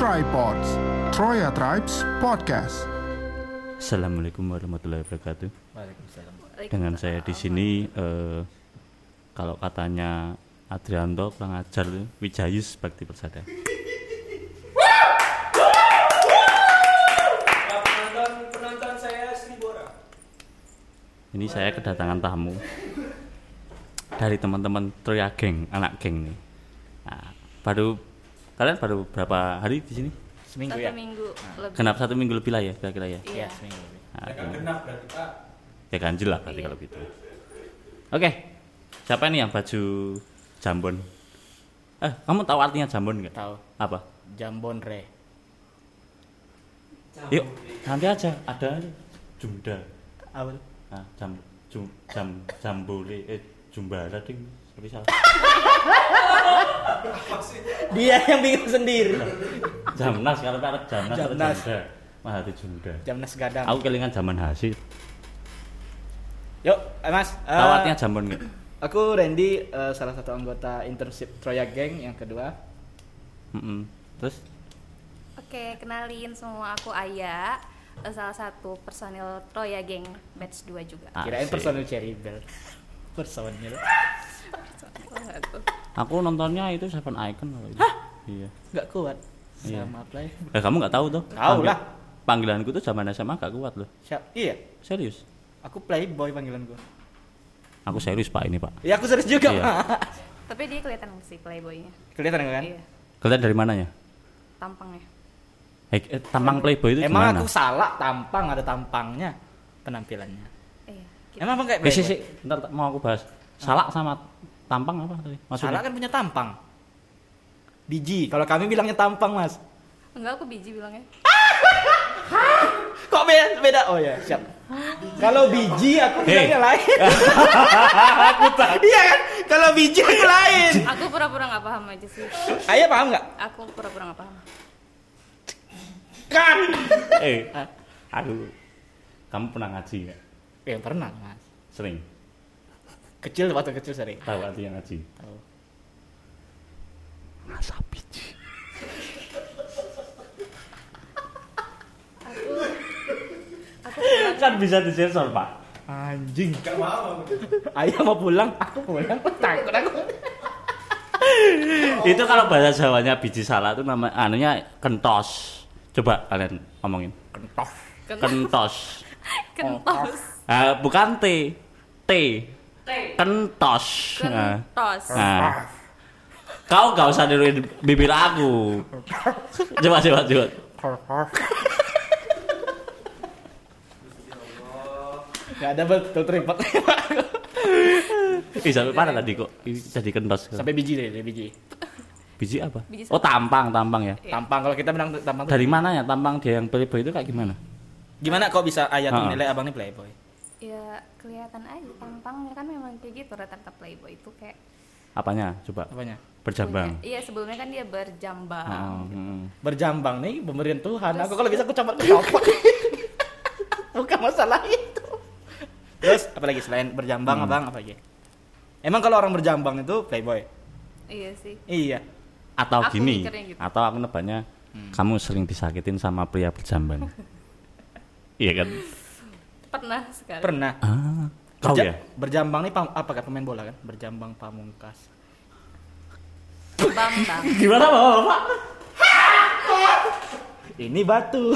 Tripods, Troya Tribes Podcast. Assalamualaikum warahmatullahi wabarakatuh. Waalaikumsalam. Dengan saya di sini, kalau katanya Adrianto kurang ajar, Wijayus Bakti Persada. Penonton saya 1000 orang. Ini saya kedatangan tamu dari teman-teman Troya Geng, anak geng nih. Nah, kalian baru berapa hari di sini? Seminggu Satu ya? minggu lebih. Genap 1 minggu lebih lah ya, kira-kira ya. Iya. Seminggu lebih. Nah, Genap berarti Pak. ya ganjil lah berarti Iya. kalau gitu. Oke, siapa nih yang baju jambon? Kamu tahu artinya jambon nggak? Tahu. Apa? Jambon Re. Yuk, nanti aja ada Jumda. Apa tuh? Nah, jambore, Jumbara ding. Tapi salah. Dia yang bingung sendiri. Jamnas kalau ada Jamnas atau Jamnas. Jumda. Mah ada Jumda. Jamnas Gadang. Aku kelingan zaman hasil. Yuk, Mas. Tahu artinya jambon nggak? Aku Randy, salah satu anggota internship Troya Geng yang kedua. Terus? Oke, kenalin semua, aku Aya, salah satu personil Troya Geng batch 2 juga. Kirain Asik. personil Cherry Bell. Personil. Aku nontonnya itu Seven Icon kalau itu. Iya. Enggak kuat. Iya. Sama play. Kamu nggak tahu tuh? Tahu lah. Panggilanku tuh zaman SMA gak kuat loh. Iya, Serius. aku Playboy panggilan gua. Aku serius Pak ini Pak. Ya aku serius juga, Iya. Pak. Tapi dia kelihatan sih playboynya. Kelihatan kan? Iya, Kalian dari mananya? tampangnya. Tampang Playboy itu Emang gimana? aku salah tampang, ada tampangnya penampilannya. Iya. Gitu. Emang apa kayak Sih, bentar mau aku bahas. Salak sama tampang apa tadi? Salah Maksudnya? kan punya tampang. Biji, kalau kami bilangnya tampang, Mas. Enggak, aku biji bilangnya. Kok beda? Oh ya, siap. Kalau biji aku bilangnya lain. Aku tahu. Iya kan? Kalau biji aku lain. Aku pura-pura nggak paham aja sih. Ayah paham nggak? Aku pura-pura nggak paham. Kan. Aduh. Kamu pernah ngaji nggak? Ya pernah, Mas. Sering. Kecil waktu kecil sering. Tahu artinya ngaji? Tahu. Masa biji. Aku Kan bisa disensor Pak. Anjing. Gak mau. Ayah mau pulang, aku pulang. Takut aku. Itu kalau bahasa Jawanya biji salak itu nama anunya kentos. Coba kalian ngomongin. Kentos. Kentos. kentos. Bukan T. Kentos. Kentos. Nah. Kau gak usah niruin bibir aku. Coba. Gak ada betul tripod. Sampai mana tadi kok jadi kentos. Sampai biji deh, biji. Biji apa? Biji Oh, tampang ya. Tampang, kalau kita bilang tampang tuh Dari mana ya tampang dia yang Playboy itu kayak gimana? gimana kok bisa ayah tuh Ha-ha. menilai abang ini playboy? Ya kelihatan aja tampangnya kan memang kayak gitu, rata-rata playboy itu kayak Apanya? Coba. Apanya? Berjambang. Iya, sebelumnya kan dia berjambang. Berjambang nih pemberian Tuhan. Aku kalau bisa aku coba kecopak. Bukan masalah itu. Terus apalagi selain berjambang abang apa lagi? Emang kalau orang berjambang itu playboy? Iya sih. Iya. Atau Aku gini, mikirnya gitu. atau aku nebaknya kamu sering disakitin sama pria berjambang. Iya kan? Pernah sekali. Pernah. Kau ya? Berjambang nih apa kan pemain bola kan? Berjambang pamungkas. Bambang. Gimana Bapak? Ini batu.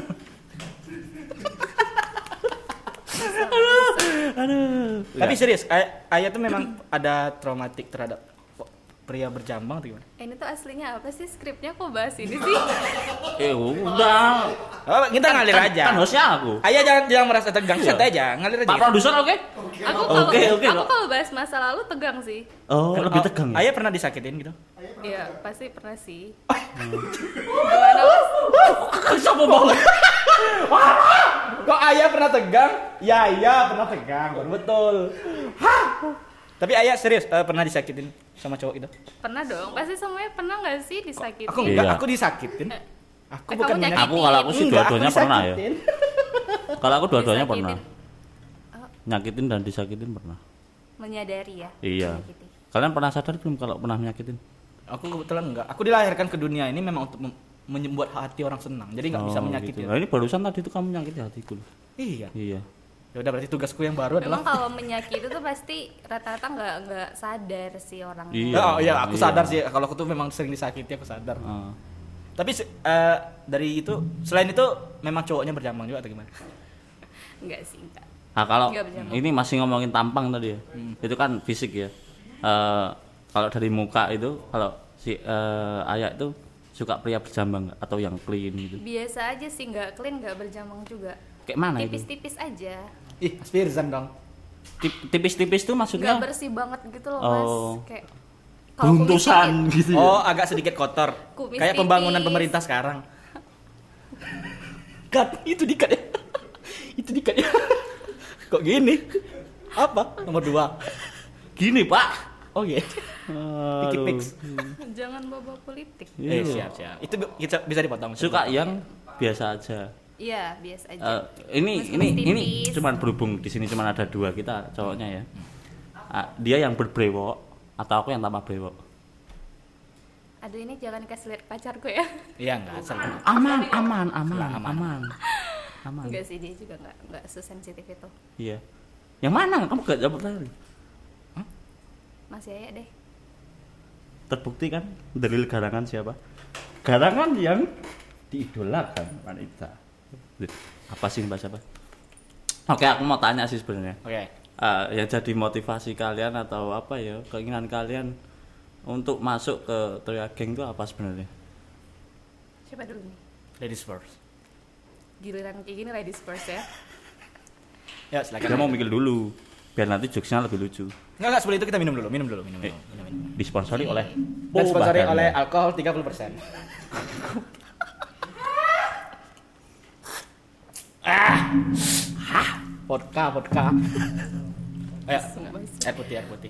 Aduh. Tapi serius, ayah tuh memang ada traumatik terhadap pria berjambang atau gimana? Ini tuh aslinya apa sih, skripnya kok bahas ini sih? Udah. Oh, kita ngalir aja. Kan hostnya aku. Ayah jangan merasa tegang, Iya. santai aja, ngalir aja. Pak produser oke? Aku kalau Oke, aku kok. kalau bahas masa lalu tegang sih. Oh, lebih tegang. Ya? Ayah pernah disakitin gitu? Iya, pasti pernah sih. Gimana Mas? Siapa banget? Kok ayah pernah tegang? Ya, iya pernah tegang, betul. Tapi ayah serius pernah disakitin sama cowok itu? Pernah dong. Pasti semuanya pernah nggak sih disakitin? Aku enggak, Iya. aku disakitin. Aku Eh, bukan kamu nyakitin. Aku kalau aku sih Enggak, dua-duanya aku pernah ya. disakitin. Kalau aku dua-duanya Disakitin. pernah. Nyakitin dan disakitin pernah. Menyadari ya. Iya. menyakiti. Kalian pernah sadar belum kalau pernah nyakitin? Aku kebetulan enggak. Aku dilahirkan ke dunia ini memang untuk membuat hati orang senang. Jadi nggak bisa menyakiti. Gitu. Nah, ini barusan tadi tuh kamu menyakiti hatiku. Iya. Iya. Ya udah berarti tugasku yang baru adalah. Memang kalau menyakiti itu pasti rata-rata nggak sadar sih orangnya. Iya. Oh iya, aku sadar sih kalau aku tuh memang sering disakiti, aku sadar. Tapi dari itu selain itu memang cowoknya berjambang juga atau gimana? Enggak sih, enggak. Nah, kalau Nggak berjambang. ini masih ngomongin tampang tadi ya. Itu kan fisik ya. Kalau dari muka itu kalau si Ayah itu suka pria berjambang nggak? Atau yang clean gitu. Biasa aja sih, nggak clean, nggak berjambang juga. Kayak mana itu? Tipis-tipis aja. Ih, Spirzan dong. Tipis-tipis tuh maksudnya Nggak bersih banget gitu loh, Mas. Kayak kalau buntusan kumis gitu ya. Oh, agak sedikit kotor. Kumis Kayak tipis. pembangunan pemerintah sekarang. Cut, itu dikat ya. Itu dikat ya. Kok gini? Apa? Nomor 2. Gini, Pak. Oh iya. Piki Aduh. pics. jangan bawa politik. Iya. Siap. Itu bisa dipotong. Suka yang biasa aja. Iya, biasa aja. Ini tipis. cuman berhubung di sini cuman ada 2 kita cowoknya ya. Dia yang berbrewok atau aku yang tanpa brewok. Aduh, ini jangan kasih lihat pacarku ya. Iya, enggak salah. Aman. Enggak sih, dia juga enggak sesensitif itu. Iya. Yang mana? Kamu gak jawab tadi. Masih aja deh. Terbukti kan dalil garangan siapa? Garangan yang diidolakan wanita. Apa sih bahasa apa? Oke, aku mau tanya sih sebenarnya. Oke. Yang jadi motivasi kalian atau apa ya, keinginan kalian untuk masuk ke Troya Gang itu apa sebenarnya? Siapa dulu nih? Ladies first. Giliran kayak gini ladies first ya. Ya, Kita silakan. mau mikir dulu biar nanti jokesnya lebih lucu. Enggak, sebelum itu kita minum dulu. Minum. Disponsori oleh Dan sponsori Badan. oleh alkohol 30%. Vodka. Ayo, air putih.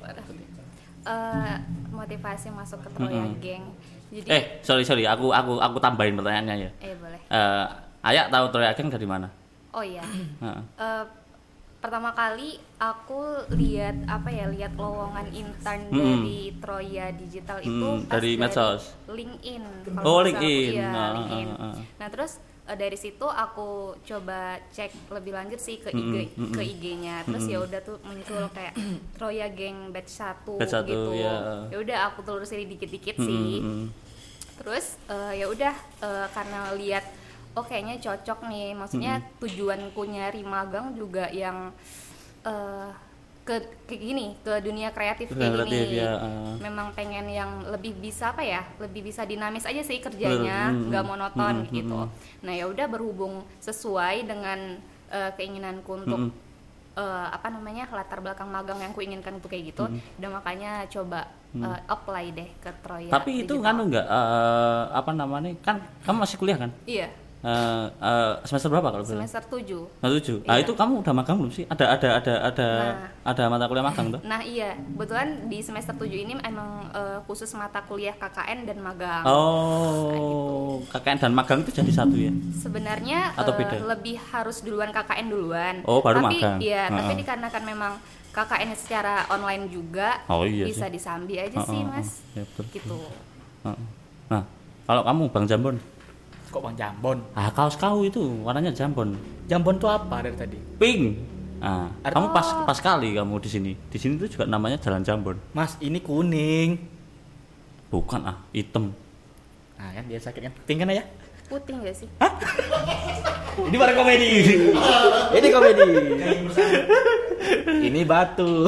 Motivasi masuk ke Troya Gang. Jadi Sorry, aku tambahin pertanyaannya ya. boleh. Ayak tahu Troya Gang dari mana? Oh iya. Heeh. Pertama kali aku lihat lowongan intern dari Troya Digital itu pas dari medsos. LinkedIn. Oh, Kalau nggak salah. LinkedIn. Iya, Ah, LinkedIn. ah, ah. Nah, terus dari situ aku coba cek lebih lanjut sih ke IG-nya. Terus ya udah tuh muncul kayak Troya Gang batch 1 Batch 1, gitu. ya. Ya udah aku telusurin dikit-dikit sih. Terus ya udah karena lihat kayaknya cocok nih, maksudnya tujuanku nyari magang juga yang ke dunia kreatif kayak gini. Ya, Memang pengen yang lebih bisa lebih bisa dinamis aja sih kerjanya, nggak monoton gitu. Nah ya udah, berhubung sesuai dengan keinginanku untuk latar belakang magang yang kuinginkan itu kayak gitu, udah makanya coba apply deh ke Troya. Tapi itu kan enggak kan kamu masih kuliah kan? Iya. Semester berapa kalau boleh? Semester 7. Semester 7. Iya. Itu kamu udah magang belum sih? Ada mata kuliah magang tuh? Nah iya, kebetulan di semester 7 ini emang khusus mata kuliah KKN dan magang. Oh, KKN dan magang itu jadi satu ya? Sebenarnya Atau beda? lebih harus duluan KKN duluan. Oh, baru tapi, magang. Iya, tapi dikarenakan memang KKN secara online juga, Iya bisa sih. disambi aja sih Mas. Ya, betul. Gitu. Nah, kalau kamu Bang Jambon, Kok Bang Jambon? kaos kau itu warnanya jambon, Jambon tuh apa dari tadi? pink. Kamu Oh. pas kali kamu di sini. Di sini tuh juga namanya Jalan Jambon. Mas, ini kuning. Bukan hitam. Nah kan dia sakit kan? Pink kan ya? Putih nggak sih? Ini baru komedi. Ini komedi. Ini batu.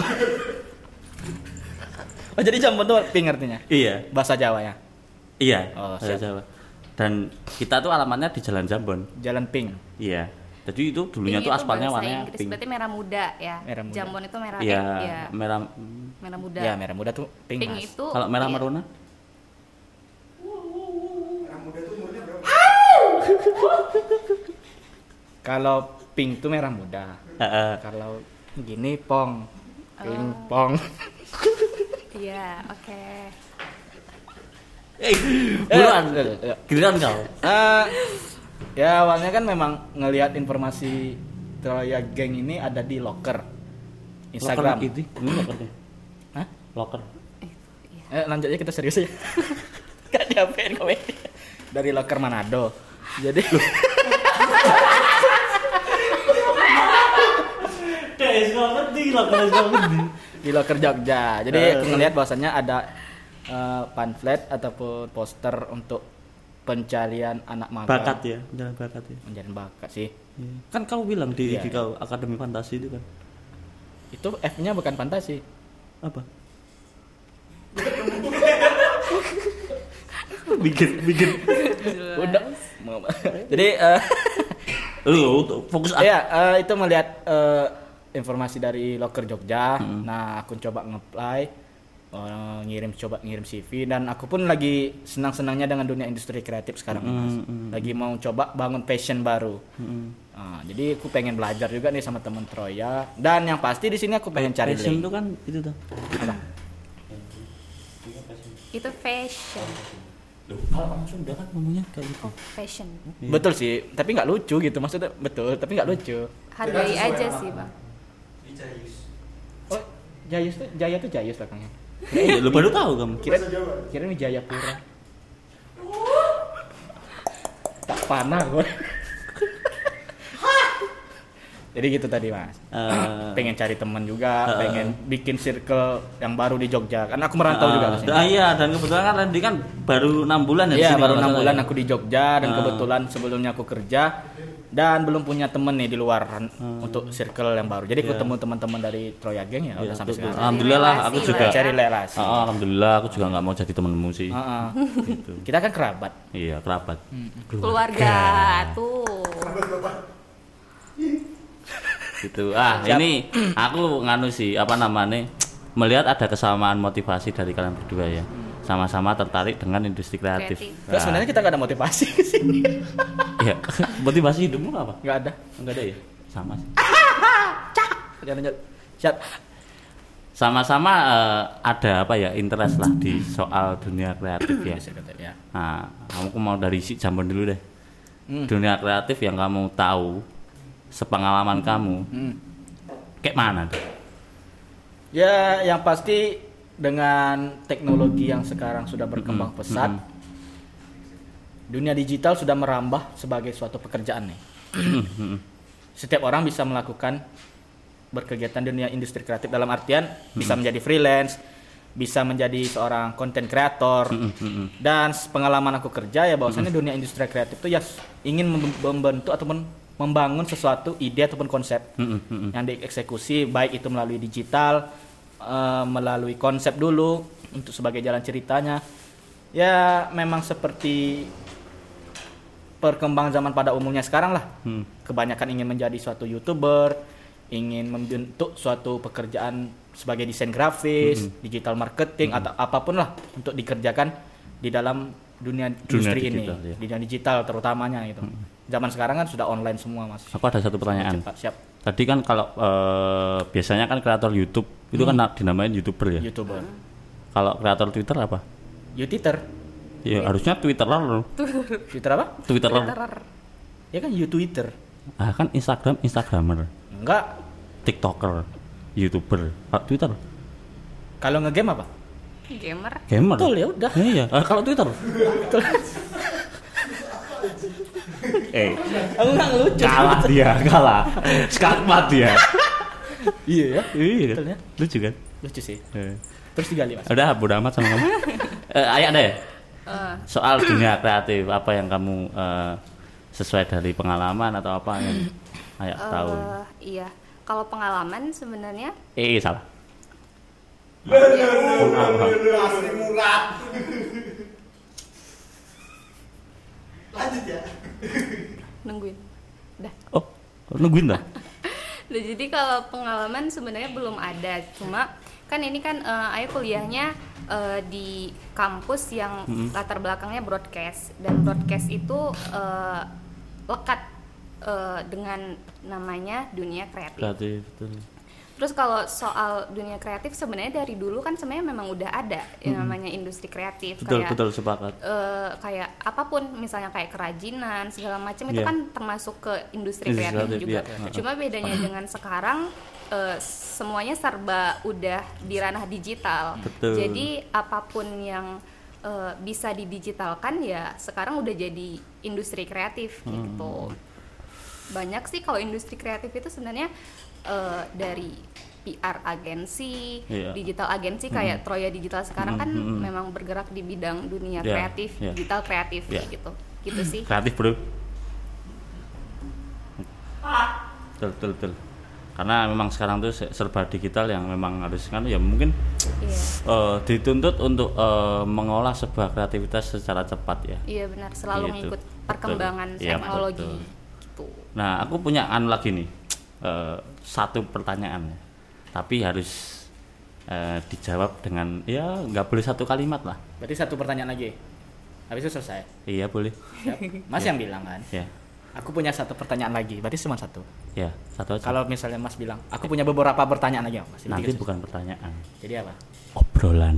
Oh jadi jambon tuh pink artinya? Iya. Bahasa Jawa ya? Iya. Oh, bahasa siap. Jawa. Dan kita tuh alamatnya di Jalan Jambon. Jalan pink. Iya. Jadi itu dulunya Pink tuh itu aspalnya bahasa warnanya Inggris, pink. berarti merah muda ya. Merah muda. Jambon itu merah Iya, ya, merah. merah muda. Ya merah muda tuh pink, Pink Mas. itu Kalau merah iya. meruna? Kalau pink tuh merah muda. Kalau gini pong. Pink pong. Iya, oke. Buruan. Ya. Giliran kau. Ya awalnya kan memang ngelihat informasi Troya Gang ini ada di locker Instagram. Loker ini lokernya. Hah? Loker. Lanjut aja kita serius aja. Gak diapain komedi. dari loker Manado. Jadi di loker Jogja. Jadi aku ngelihat bahwasannya ada pamflet ataupun poster untuk pencarian anak magang. Bakat ya, jalan bakat ya. Menjadi bakat sih. Kan kamu bilang di Iya. kau Akademi Fantasi itu kan. Itu F-nya bukan fantasi. Apa? bikin Udah. Jadi lu fokus ya itu melihat informasi dari loker Jogja. Nah, aku coba nge-apply, coba ngirim CV, dan aku pun lagi senang-senangnya dengan dunia industri kreatif sekarang, Mas. Lagi mau coba bangun passion baru. Nah, jadi aku pengen belajar juga nih sama teman Troya, dan yang pasti di sini aku pengen cari passion link. itu kan itu tuh. Apa? Itu fashion. Kalau orang Sunda kan ngomongnya kayak gitu. Fashion. Betul sih, tapi nggak lucu gitu, maksudnya betul, tapi nggak lucu. Hargai aja sih, Bang. Oh, Jayus tuh Jayus belakangnya. Lu baru tahu kamu. Kira ini Jayapura. Tak panah gue. Jadi gitu tadi, Mas. Pengen cari teman juga, pengen bikin circle yang baru di Jogja. Karena aku merantau juga ke sini. Iya, dan kebetulan kan Randy kan baru 6 bulan ya di Iya, sini. baru kalau 6 nggak bulan salah. aku di Jogja, dan kebetulan sebelumnya aku kerja dan belum punya temen nih di luar untuk circle yang baru. Jadi aku ketemu teman-teman dari Troya Gang ya, udah sampai sekarang. Alhamdulillah lah, aku Relasi juga. lah. Cari relasi. Alhamdulillah, aku juga nggak mau jadi temenmu sih. Heeh. Gitu. Kita kan kerabat. Iya, kerabat. Keluarga tuh. Gitu. Siap. Ini aku nganu sih, apa namanya? Melihat ada kesamaan motivasi dari kalian berdua ya. Sama-sama tertarik dengan industri kreatif. Kreatif. Terus sebenarnya kita gak ada motivasi ke sini. Iya. Motivasi hidupmu apa? Gak ada. Enggak ada ya? Sama sih. Jangan. Siap. Sama-sama ada apa ya, interest lah di soal dunia kreatif ya. Ya. Nah, kamu mau dari si Jambon dulu deh. Hmm. Dunia kreatif yang kamu tahu, sepengalaman kamu, kayak mana tuh? Ya, yang pasti dengan teknologi yang sekarang sudah berkembang pesat, dunia digital sudah merambah sebagai suatu pekerjaan nih. Setiap orang bisa melakukan berkegiatan dunia industri kreatif, dalam artian bisa menjadi freelance, bisa menjadi seorang content creator. Dan pengalaman aku kerja ya bahwasannya dunia industri kreatif itu ya ingin membentuk ataupun membangun sesuatu ide ataupun konsep yang dieksekusi, baik itu melalui digital, melalui konsep dulu untuk sebagai jalan ceritanya. Ya memang seperti perkembangan zaman pada umumnya sekarang lah. Kebanyakan ingin menjadi suatu YouTuber, ingin membentuk suatu pekerjaan sebagai desain grafis, digital marketing, atau apapun lah untuk dikerjakan di dalam dunia industri digital, ini, ya. dunia digital terutamanya gitu. Zaman sekarang kan sudah online semua, Mas. Aku ada satu pertanyaan. Cepat, siap. Tadi kan kalau biasanya kan kreator YouTube itu kan dinamain YouTuber ya. YouTuber. Kalau kreator Twitter apa? YouTuber. Ya harusnya Twitterer loh. Twitter apa? Twitterer. Ya kan YouTuber. Ah kan Instagramer, Enggak. TikToker, YouTuber, Twitter. Kalau ngegame apa? Gamer. Gamer. Betul, ya udah. Iya. Kalau Twitter. Aku nggak lucu. kalah. Skakmat dia. Iya ya. Iya. Betul ya. Lucu kan? Lucu sih. Eh. Terus digali, Mas. Udah bodo amat sama kamu. Ayak deh. Soal dunia kreatif apa yang kamu sesuai dari pengalaman atau apa yang Ayak tahu? Iya. Kalau pengalaman sebenarnya Salah. Asli murah. Lanjut ya. nungguin. Udah. Oh, nungguin dah. Nah, jadi kalau pengalaman sebenarnya belum ada, cuma kan ini kan Ayu kuliahnya di kampus yang latar belakangnya broadcast, dan broadcast itu lekat dengan namanya dunia kreatif. Kreatif, betul. Terus kalau soal dunia kreatif sebenarnya dari dulu kan sebenarnya memang udah ada yang namanya industri kreatif. Betul, kayak betul sepakat. kayak apapun, misalnya kayak kerajinan segala macam itu Iya. kan termasuk ke industri Industri kreatif kreatif, juga. iya. Cuma bedanya dengan sekarang semuanya serba udah di ranah digital. Betul. Jadi apapun yang bisa didigitalkan ya sekarang udah jadi industri kreatif gitu. Banyak sih kalau industri kreatif itu sebenarnya dari PR agensi, digital agensi kayak Troya Digital sekarang kan memang bergerak di bidang dunia kreatif, digital kreatif gitu. Gitu sih. Kreatif, Bro. Betul. Karena memang sekarang tuh serba digital yang memang harus kan ya mungkin dituntut untuk mengolah sebuah kreativitas secara cepat ya. Iya benar, selalu mengikut perkembangan teknologi gitu. Nah, aku punya lagi nih. Satu pertanyaan. Tapi harus dijawab dengan ya nggak boleh satu kalimat lah. Berarti satu pertanyaan lagi. Habis itu selesai. Iya, boleh. Siap. Mas yang bilang kan? Ya. Aku punya satu pertanyaan lagi. Berarti cuma satu. Ya, satu aja. Kalau misalnya Mas bilang, aku punya beberapa pertanyaan lagi, Mas. Nanti bukan pertanyaan. Jadi apa? Obrolan.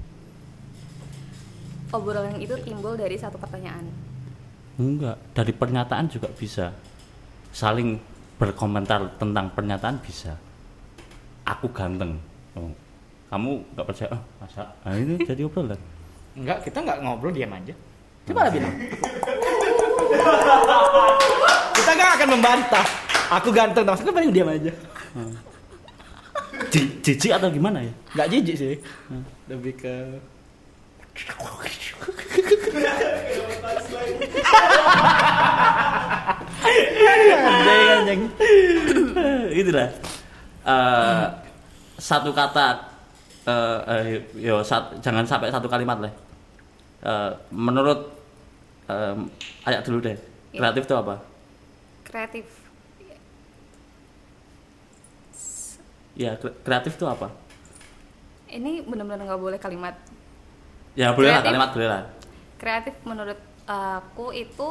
Obrolan itu timbul dari satu pertanyaan. Enggak, dari pernyataan juga bisa. Saling berkomentar tentang pernyataan bisa. Aku ganteng. Kamu nggak percaya? Masa? Nah, ini jadi obrolan. Enggak, kita nggak ngobrol, diam aja. Coba lah bilang. Kita nggak akan membantah. Aku ganteng, tapi kita paling diam aja. Jijik atau gimana ya? Nggak jijik sih. Lebih ke anjing. Itulah. Satu kata jangan sampai satu kalimat lah. Menurut Ayah dulu deh. Kreatif itu apa? Kreatif. Ya, kreatif itu apa? Ini benar-benar nggak boleh kalimat. Ya, boleh lah Kreatif. kalimat boleh lah. Kreatif menurut aku itu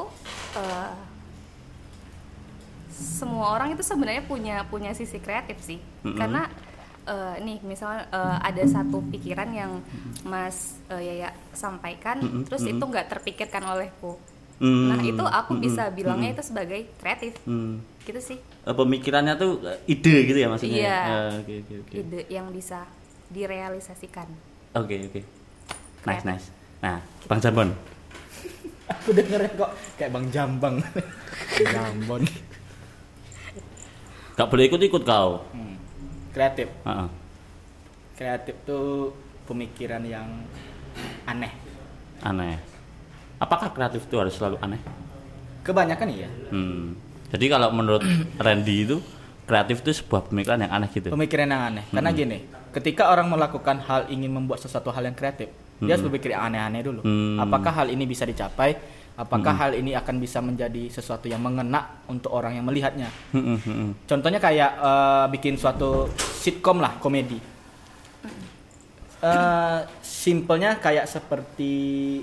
semua orang itu sebenarnya punya sisi kreatif sih. Karena nih misalnya ada satu pikiran yang Mas Yaya sampaikan, terus itu nggak terpikirkan olehku. Nah itu aku bisa bilangnya itu sebagai kreatif, gitu sih. Pemikirannya tuh ide gitu ya maksudnya. Iya. Okay. Ide yang bisa direalisasikan. Oke. Nice. Nah, Bang Jambon. aku dengernya kok kayak Bang Jambang. Jambon. Gak boleh ikut kau. Kreatif. Kreatif tuh pemikiran yang aneh. Apakah kreatif itu harus selalu aneh? Kebanyakan iya. Jadi kalau menurut Randy itu kreatif itu sebuah pemikiran yang aneh gitu. Pemikiran yang aneh. Karena gini, ketika orang melakukan hal ingin membuat sesuatu hal yang kreatif, dia harus berpikir aneh-aneh dulu. Apakah hal ini bisa dicapai? Apakah hal ini akan bisa menjadi sesuatu yang mengena untuk orang yang melihatnya? Contohnya kayak bikin suatu sitcom lah, komedi. Simpelnya kayak seperti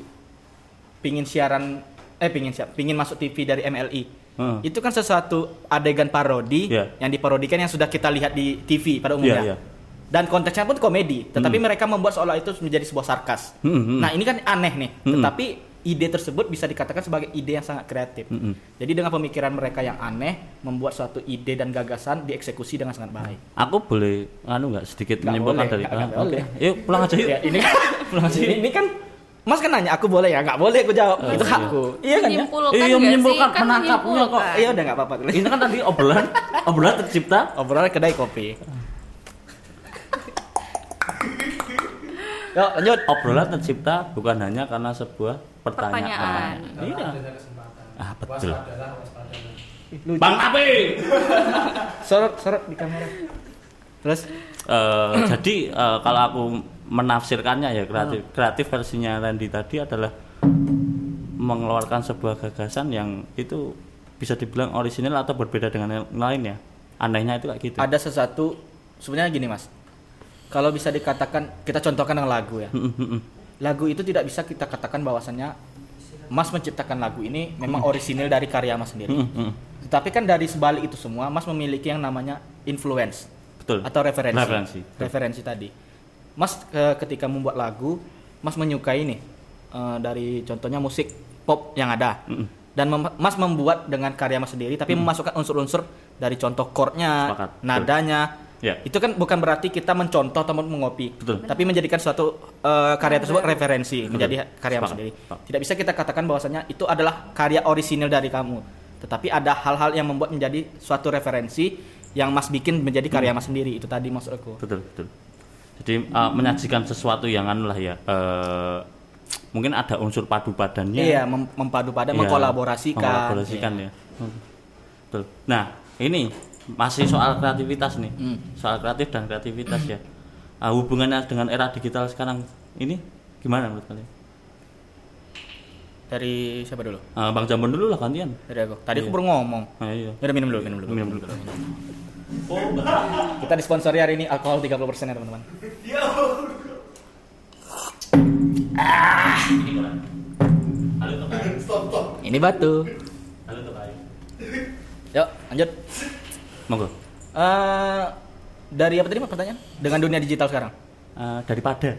pingin masuk TV dari MLI. Itu kan sesuatu adegan parodi yang diparodikan yang sudah kita lihat di TV pada umumnya. Dan konteksnya pun komedi, tetapi mereka membuat seolah itu menjadi sebuah sarkas. Nah, ini kan aneh nih, tetapi ide tersebut bisa dikatakan sebagai ide yang sangat kreatif. Jadi dengan pemikiran mereka yang aneh, membuat suatu ide dan gagasan dieksekusi dengan sangat baik. Aku boleh nggak sedikit menyimpulkan dari boleh. Yuk pulang aja yuk. Ya, ini kan pulang aja. Ini kan Mas kan nanya aku boleh ya? Nggak boleh aku jawab. Itu hakku. Iya kan ya? Menyimpulkan, menangkapnya kok. Iya udah nggak apa-apa. Ini kan tadi obrolan tercipta. Obrolan kedai kopi. Yuk lanjut. Obrolan tercipta bukan hanya karena sebuah pertanyaan. Iya. Betul. Bang Ape. Sorot di kamera. Terus jadi kalau aku menafsirkannya ya kreatif versinya Randy tadi adalah mengeluarkan sebuah gagasan yang itu bisa dibilang orisinal atau berbeda dengan yang lainnya. Anehnya itu kayak gitu. Ada sesuatu sebenarnya gini Mas. Kalau bisa dikatakan kita contohkan dengan lagu ya. Lagu itu tidak bisa kita katakan bahwasannya Mas menciptakan lagu ini memang orisinal dari karya Mas sendiri. Tetapi kan dari sebalik itu semua Mas memiliki yang namanya influence. Betul. Atau referensi tadi. Mas ketika membuat lagu, Mas menyukai nih dari contohnya musik pop yang ada. Dan Mas membuat dengan karya Mas sendiri tapi memasukkan unsur-unsur dari contoh chordnya, nadanya, Ya. Itu kan bukan berarti kita mencontoh atau mengopi, Betul. tapi menjadikan suatu karya tersebut referensi, menjadi karya Sepakat. sendiri. Tidak bisa kita katakan bahwasanya itu adalah karya orisinil dari kamu, tetapi ada hal-hal yang membuat menjadi suatu referensi yang Mas bikin menjadi karya Mas sendiri. Itu tadi maksud aku. Betul. Jadi menyajikan sesuatu yang anu lah ya. Mungkin ada unsur padu padannya. Iya, mempadu padan, Iya, mengkolaborasikan. ya. Betul. Nah, ini masih soal kreativitas nih. Soal kreatif dan kreativitas ya. Hubungannya dengan era digital sekarang ini gimana menurut kalian? Dari siapa dulu? Bang Jambon dulu lah gantian. Dari aku. Tadi aku Iya. baru ngomong. Iya. Udah minum dulu. Kita disponsori hari ini alkohol 30% ya teman-teman. Stop. Ini batu. Yuk, lanjut. Monggo. Dari apa tadi Mas pertanyaan? Dengan dunia digital sekarang. Daripada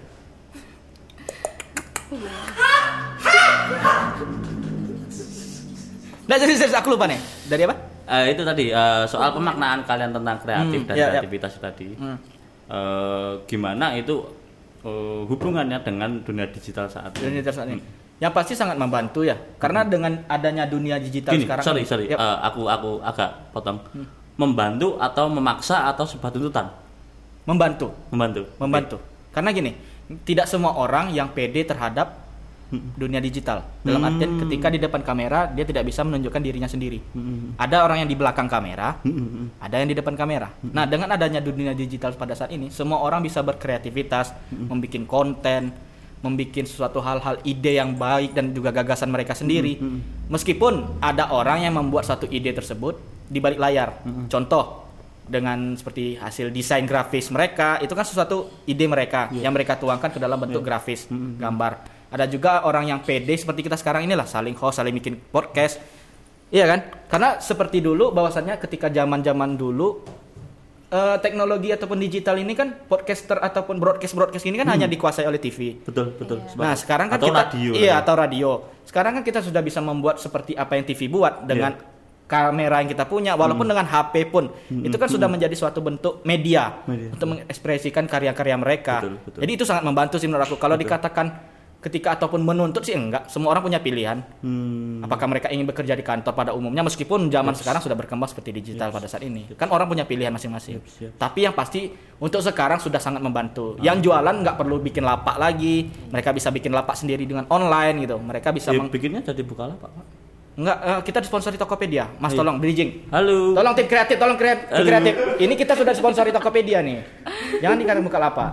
Nah, serius aku lupa nih. Dari apa? itu tadi soal pemaknaan kalian tentang kreatif dan iya. kreativitas tadi. Gimana itu hubungannya dengan dunia digital saat Dunia ini? digital saat ini. Yang pasti sangat membantu ya. Karena dengan adanya dunia digital Gini, sekarang. sorry. Yap. Aku agak potong. Membantu atau memaksa atau sebuah tuntutan? Membantu. Membantu. Karena gini, tidak semua orang yang pede terhadap dunia digital. Dalam artian ketika di depan kamera dia tidak bisa menunjukkan dirinya sendiri. Ada orang yang di belakang kamera, ada yang di depan kamera. Nah, dengan adanya dunia digital pada saat ini, semua orang bisa berkreativitas, membuat konten, membuat suatu hal-hal ide yang baik dan juga gagasan mereka sendiri. Meskipun ada orang yang membuat satu ide tersebut di balik layar. Contoh dengan seperti hasil desain grafis mereka, itu kan sesuatu ide mereka yang mereka tuangkan ke dalam bentuk grafis, gambar. Ada juga orang yang pede seperti kita sekarang inilah, saling host, saling bikin podcast. Iya kan? Karena seperti dulu bahwasannya ketika zaman-zaman dulu teknologi ataupun digital ini kan podcaster ataupun broadcast ini kan hanya dikuasai oleh TV. Betul. Nah, sekarang kan atau kita radio. atau radio. Sekarang kan kita sudah bisa membuat seperti apa yang TV buat dengan kamera yang kita punya, walaupun dengan HP pun. Itu kan sudah menjadi suatu bentuk media untuk mengekspresikan karya-karya mereka. Betul. Jadi itu sangat membantu sih menurut aku. Kalau dikatakan ketika ataupun menuntut sih enggak, semua orang punya pilihan. Apakah mereka ingin bekerja di kantor pada umumnya, meskipun zaman sekarang sudah berkembang seperti digital pada saat ini. Kan orang punya pilihan masing-masing. Tapi yang pasti untuk sekarang sudah sangat membantu. Yang jualan nggak perlu bikin lapak lagi, mereka bisa bikin lapak sendiri dengan online gitu. Mereka bisa bikinnya jadi Bukalapak, Pak. Enggak, kita disponsori Tokopedia. Mas tolong bridging. Halo. Tolong tim kreatif, tim kreatif. Ini kita sudah disponsori Tokopedia nih. Jangan dikatakan Bukalapak.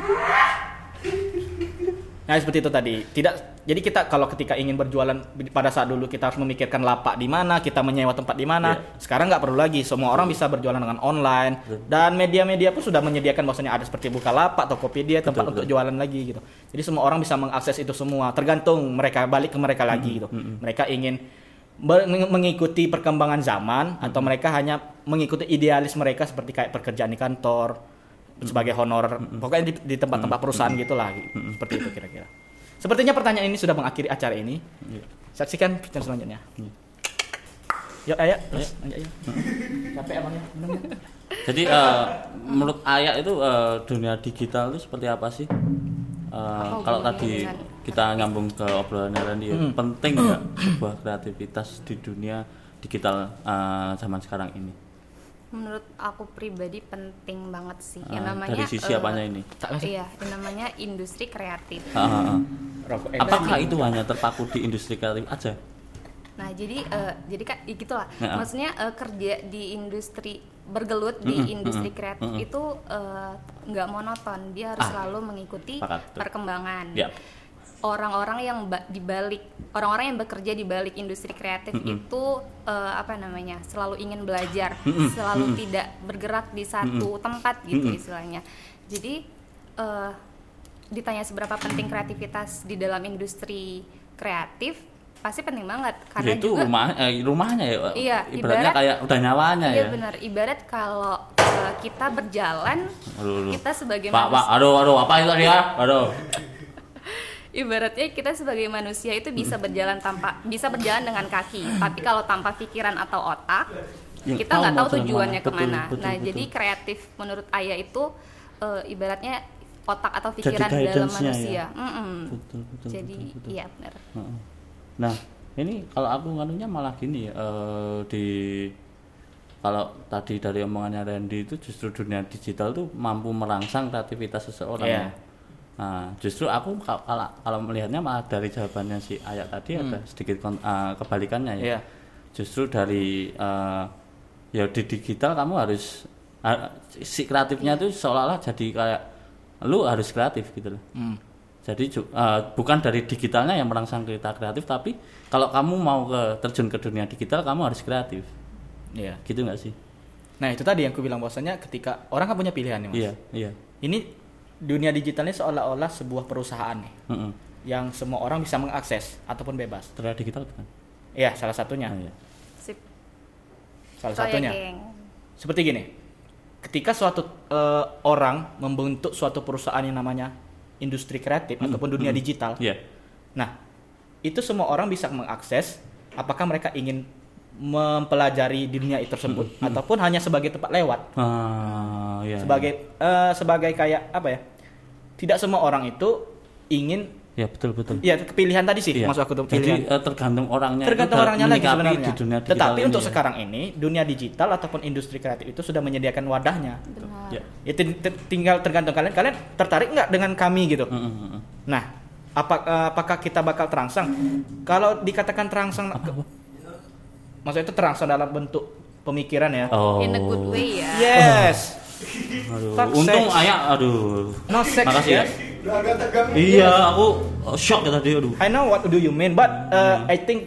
Nah, seperti itu tadi. Jadi kita kalau ketika ingin berjualan pada saat dulu kita harus memikirkan lapak di mana, kita menyewa tempat di mana. Sekarang nggak perlu lagi. Semua orang bisa berjualan dengan online. Dan media-media pun sudah menyediakan bahwasanya ada seperti Bukalapak, Tokopedia, tempat untuk jualan lagi gitu. Jadi semua orang bisa mengakses itu semua. Tergantung mereka, balik ke mereka lagi gitu. Mereka ingin mengikuti perkembangan zaman atau mereka hanya mengikuti idealis mereka seperti kayak pekerjaan di kantor sebagai honor, pokoknya di tempat-tempat perusahaan gitulah, seperti itu kira-kira. Sepertinya pertanyaan ini sudah mengakhiri acara ini. Saksikan pertanyaan selanjutnya. Yuk, ayo. Capek emangnya. Jadi menurut Ayah itu dunia digital itu seperti apa sih? Kalau tadi kita nyambung ke obrolannya Randy, penting nggak sebuah kreativitas di dunia digital zaman sekarang ini? Menurut aku pribadi penting banget sih. Yang namanya dari sisi apanya ini? Iya, yang namanya industri kreatif. Apakah itu hanya terpaku di industri kreatif aja? Nah, jadi kan gitulah. Maksudnya kerja di industri, bergelut di industri kreatif itu nggak monoton. Dia harus selalu mengikuti perkembangan. Orang-orang yang orang-orang yang bekerja di balik industri kreatif itu selalu ingin belajar, selalu tidak bergerak di satu tempat gitu istilahnya. Jadi ditanya seberapa penting kreativitas di dalam industri kreatif, pasti penting banget karena itu juga rumahnya ya. Iya, ibaratnya kayak udah nyawanya ya. Iya benar, ibarat kalau kita berjalan, kita sebagai manusia. Aduh, apa itu dia? Aduh. Ibaratnya kita sebagai manusia itu bisa berjalan dengan kaki, tapi kalau tanpa pikiran atau otak, Yang kita nggak tahu mau jalan tujuannya mana. Betul, kemana. betul, Nah betul. jadi kreatif menurut Ayah itu ibaratnya otak atau Jadi pikiran dalam guidance-nya manusia. ya? Mm-mm. Betul. Jadi iya benar. Heeh. Nah, ini kalau aku nganunya malah gini ya, kalau tadi dari omongannya Randy itu justru dunia digital tuh mampu merangsang kreativitas seseorang. Iya. Ya. Nah, justru aku kalau melihatnya malah dari jawabannya si Ayat tadi ada sedikit kebalikannya ya. Iya. Justru dari ya di digital kamu harus si kreatifnya tuh seolah-olah jadi kayak lu harus kreatif gitu loh. Jadi bukan dari digitalnya yang merangsang kita kreatif, tapi kalau kamu mau terjun ke dunia digital kamu harus kreatif. Iya. Gitu nggak sih? Nah itu tadi yang aku bilang bahwasanya ketika orang kan punya pilihan nih mas. Iya. Ini dunia digitalnya seolah-olah sebuah perusahaan nih, Heeh. yang semua orang bisa mengakses ataupun bebas. Terlihat digital bukan? Iya salah satunya. Iya. Sip. Salah So, ya, satunya. geng. Seperti gini, ketika suatu orang membentuk suatu perusahaan yang namanya industri kreatif ataupun dunia digital, Iya. nah itu semua orang bisa mengakses. Apakah mereka ingin mempelajari dunia itu tersebut ataupun hanya sebagai tempat lewat, Iya. sebagai kayak apa ya? Tidak semua orang itu ingin. Ya betul. Ya kepilihan tadi sih Iya. maksud aku tuh Jadi pilihan. tergantung orangnya. Tergantung itu orangnya lagi menyikapi sebenarnya. di dunia digital Tetapi ini untuk ya. sekarang ini dunia digital ataupun industri kreatif itu sudah menyediakan wadahnya. Benar. Ya. Ya tinggal tergantung kalian. Kalian tertarik nggak dengan kami gitu? Nah, apakah kita bakal terangsang? Kalau dikatakan terangsang, maksudnya itu terangsang dalam bentuk pemikiran ya. Oh. In a good way ya. Yes. Aduh. Fuck Untung sex. Ayah, aduh. No sex. Makasih ya. Yes. Udah agak tegang. Iya, aku shock ya tadi, aduh. I know what do you mean, but I think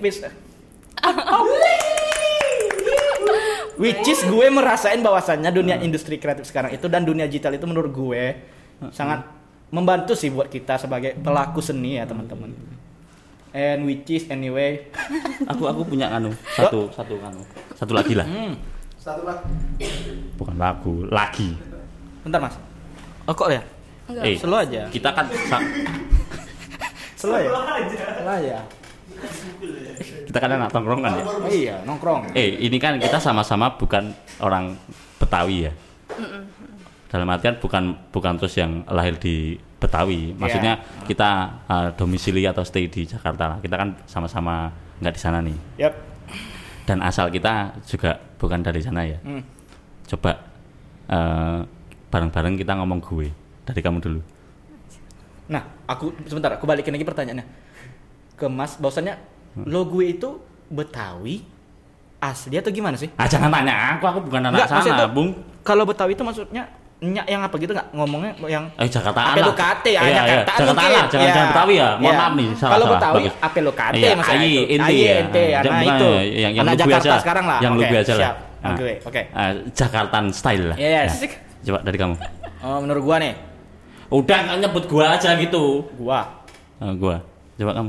which is gue merasain bahwasannya dunia industri kreatif sekarang itu dan dunia digital itu menurut gue sangat membantu sih buat kita sebagai pelaku seni ya teman-teman. And which is anyway. Aku punya satu lagi lah. Satu lah. Bukan lagu, lagi. Bentar mas. Oh kok ya? Enggak. Slow aja. Kita kan Slow ya? Slow aja. kita kan anak tongkrongan ya. Oh iya nongkrong. Ini kan kita sama-sama bukan orang Betawi ya. Dalam artian bukan terus yang lahir di Betawi. Maksudnya kita domisili atau stay di Jakarta lah. Kita kan sama-sama nggak di sana nih. Yap. Dan asal kita juga bukan dari sana ya. Coba bareng-bareng kita ngomong gue. Dari kamu dulu. Nah, aku balikin lagi pertanyaannya ke Mas. Bahwasannya lo gue itu Betawi asli atau gimana sih? Jangan tanya aku bukan anak Nggak, maksudnya sana, tuh, Bung. Kalau Betawi itu maksudnya nyak yang apa gitu nggak ngomongnya yang Jakartaan Ape lah. lo kate ya, Iya, Jakartaan Jakartaan mungkin. lah, jangan Betawi ya. Mohon maaf nih, salah. Kalau Betawi Bagus. ape lo kate Iya, Mas ayi, itu. inti Ayi, ya. ente, Jangan nah bukan itu. yang Anak lugu Jakarta aja. sekarang lah. Yang Oke, lugu aja lah. siap. Oke. Jakartaan style lah. Yes. Ya. Coba dari kamu. Oh, menurut gua nih, Udah kan nyebut gua aja gitu. gua Gua. Coba kamu.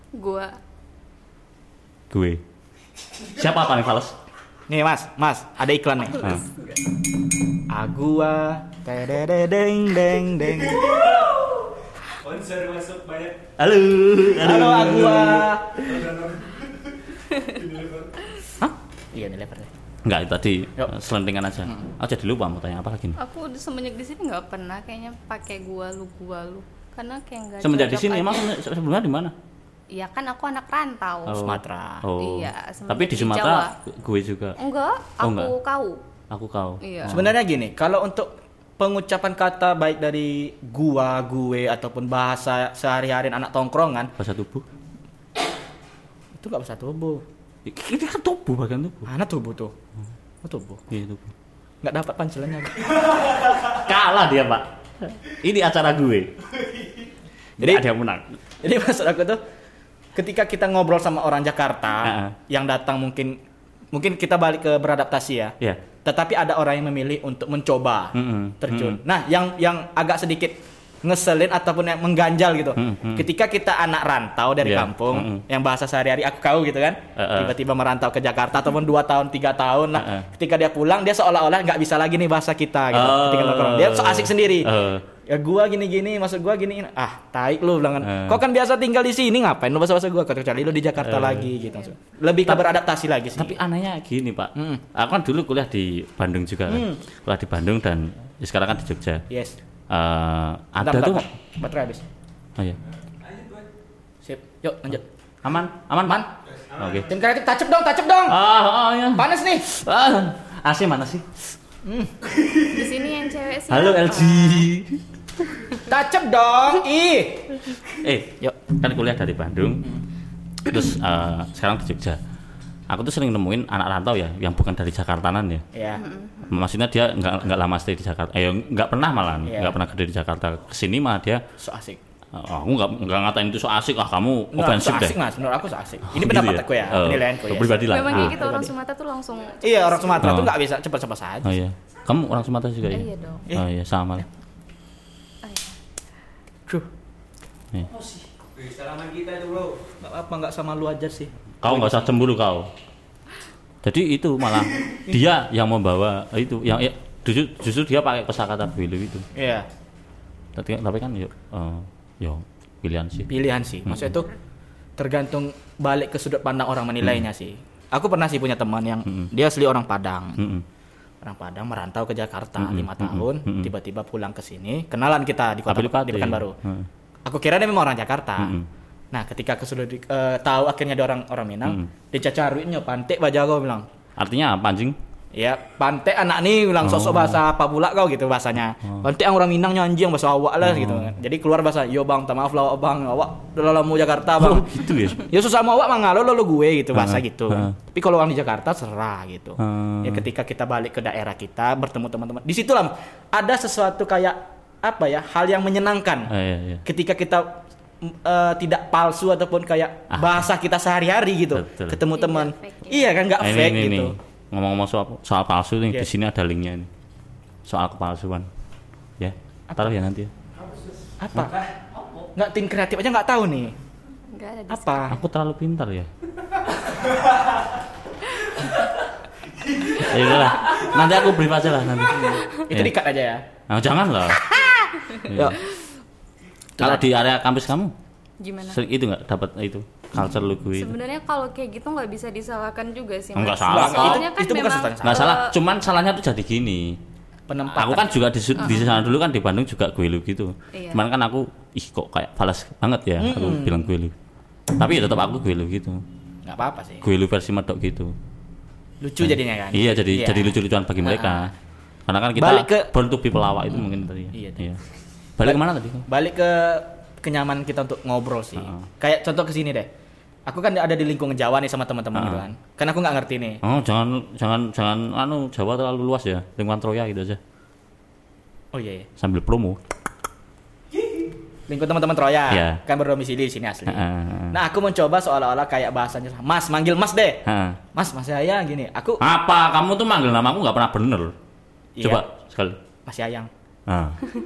Gue. Siapa paling fals? nih Mas, ada iklan nih. Agua, tededeng deng deng. Konser masuk banyak. Halo Agua. Hah? Iya nih lever. Enggak, tadi Yuk. selentingan aja. Aku jadi lupa mau tanya apa lagi nih. Aku udah semenjak di sini nggak pernah kayaknya pakai gua lu karena kayak nggak Semenjak di cocok sini aja. emang sebelumnya di mana? Iya kan aku anak rantau. Sumatera. Oh. Iya, semenjak Tapi di di Sumatera Jawa. gue juga. Enggak, Oh, aku enggak. kau. Aku kau. Iya. Sebenarnya gini, kalau untuk pengucapan kata baik dari gua, gue ataupun bahasa sehari-hari anak tongkrongan Bahasa tubuh. itu nggak bahasa tubuh. Ini kan tubuh, bagian tubuh. Anak tubuh tuh. Oh, tubuh. Iya, tubuh. Nggak dapat pancelannya. Kalah dia, Pak. Ini acara gue. Jadi ada yang menang. Jadi maksud aku tuh ketika kita ngobrol sama orang Jakarta Uh-uh. yang datang mungkin kita balik ke beradaptasi ya. Iya. Tetapi ada orang yang memilih untuk mencoba terjun. Nah, yang agak sedikit ngeselin ataupun yang mengganjal gitu. Ketika kita anak rantau dari Yeah. kampung, yang bahasa sehari-hari aku kau gitu kan, tiba-tiba merantau ke Jakarta ataupun 2 tahun 3 tahun lah. Ketika dia pulang dia seolah-olah nggak bisa lagi nih bahasa kita gitu. Ketika nongkrong dia so asik sendiri. Ya gua gini-gini, maksud gua gini. Ah, taik lu bilang kan. Kau kan biasa tinggal di sini, ngapain lu bahasa gua kecuali lu di Jakarta lagi gitu maksud. Lebih ke beradaptasi lagi sih. Tapi anehnya gini, Pak. Aku kan dulu kuliah di Bandung juga kan. Kuliah di Bandung dan sekarang kan di Jogja. Yes. Ada Bentar, tuh. baterai habis. Oh iya. Sip. Yuk, lanjut. Aman. Oke. Tim kreatif touch up dong. Oh iya. Panas nih. AC mana sih? Di sini yang cewek sih. Halo LG. Touch up dong. Yuk, kan kuliah dari Bandung. Terus sekarang di Jogja. Aku tuh sering nemuin anak rantau ya, yang bukan dari Jakartanan ya. Iya. Maksudnya dia nggak lama stay di Jakarta. Nggak pernah malah, Iya. nggak pernah kerja di Jakarta. Kesini mah dia. So asik. Aku nggak ngatain itu so asik. Kamu Nggak, ofensif so deh. asik Mas, menurut aku so asik. Ini Gitu pendapat ya? aku ya, penilaianku ya. Pribadi lah. Memang kayak gitu orang Sumatera tuh langsung. Iya, orang Sumatera tuh Oh. nggak bisa cepat-cepat saja. Oh iya. Kamu orang Sumatera juga ya? Iya dong. Oh iya, sama lah. Duh, Nih. Salaman kita itu bro. nggak apa nggak sama lu aja sih. Kau nggak usah cemburu kau. Jadi itu malah dia yang membawa itu, yang justru dia pakai kosakata Belu itu. Iya. Tapi kan yo pilihan sih. Pilihan sih. Maksudnya itu tergantung balik ke sudut pandang orang menilainya sih. Aku pernah sih punya teman yang dia asli orang Padang. Orang Padang merantau ke Jakarta 5 tahun, tiba-tiba pulang ke sini, kenalan kita di kota di Pekanbaru. Aku kira dia memang orang Jakarta. Nah, ketika aku sudah tahu akhirnya dia orang Minang, dia cacaruinnya pantek bajago bilang. Artinya apa anjing? Ya, pantek anak nih bilang sosok bahasa apa pula kau gitu bahasanya. Pantek yang orang Minang anjing bahasa awak lah gitu kan. Jadi keluar bahasa, "Yo bang, maaf lah bang, awak udah lama Jakarta bang." Gitu ya. Ya susah sama awak mah lo gue gitu bahasa gitu. Tapi kalau orang di Jakarta serah gitu. Ya ketika kita balik ke daerah kita bertemu teman-teman. Di situlah ada sesuatu kayak apa ya, hal yang menyenangkan. Iya. Ketika kita tidak palsu ataupun kayak bahasa kita sehari-hari gitu. Betul. Ketemu teman. fake ya. Iya kan nggak fake gitu. Ngomong-ngomong soal palsu nih, Yes. di sini ada linknya nih. Soal kepalsuan. Ya. Taruh ya nanti ya. Apa? Nggak tim kreatif aja nggak tahu nih. Enggak ada di Apa? Aku terlalu pintar ya. Ya udahlah. Nanti aku brief aja lah nanti. Itu Ya. dikat aja ya. Nah, jangan lah. Yuk. Kalau di area kampus kamu Gimana? sering itu nggak dapat itu culture lu gue itu? Sebenarnya kalau kayak gitu nggak bisa disalahkan juga sih. Enggak Mas. salah. Soalnya kan Itu bukan memang sesuatu yang Nggak salah, cuman salahnya tuh jadi gini. Penempatan. Aku kan juga di sana dulu kan di Bandung juga gue lu gitu. Iya. Cuman kan aku kok kayak falas banget ya aku bilang gue lu. Tapi ya tetap aku gue lu gitu. nggak apa-apa sih. Gue lu versi medok gitu. Lucu jadinya kan. Iya, jadi lucu-lucuan bagi mereka. Karena kan kita Balik ke- born to be pelawak itu mungkin tadi. Iya. Balik kemana tadi? Balik ke kenyamanan kita untuk ngobrol sih. Kayak contoh ke sini deh. Aku kan ada di lingkungan Jawa nih sama teman-teman gitu kan. Kan aku nggak ngerti nih. Oh, jangan Jawa terlalu luas ya. Lingkungan Troya gitu aja. Oh iya. Sambil promo. Lingkungan teman-teman Troya. Iya. Kan berdomisili di sini asli. Heeh. Nah, aku mencoba seolah-olah kayak bahasanya Mas, manggil Mas deh. Heeh. Mas saya gini. Aku Apa? Kamu tuh manggil nama aku nggak pernah bener. Iya. Coba sekali. Mas Yayang. Nah.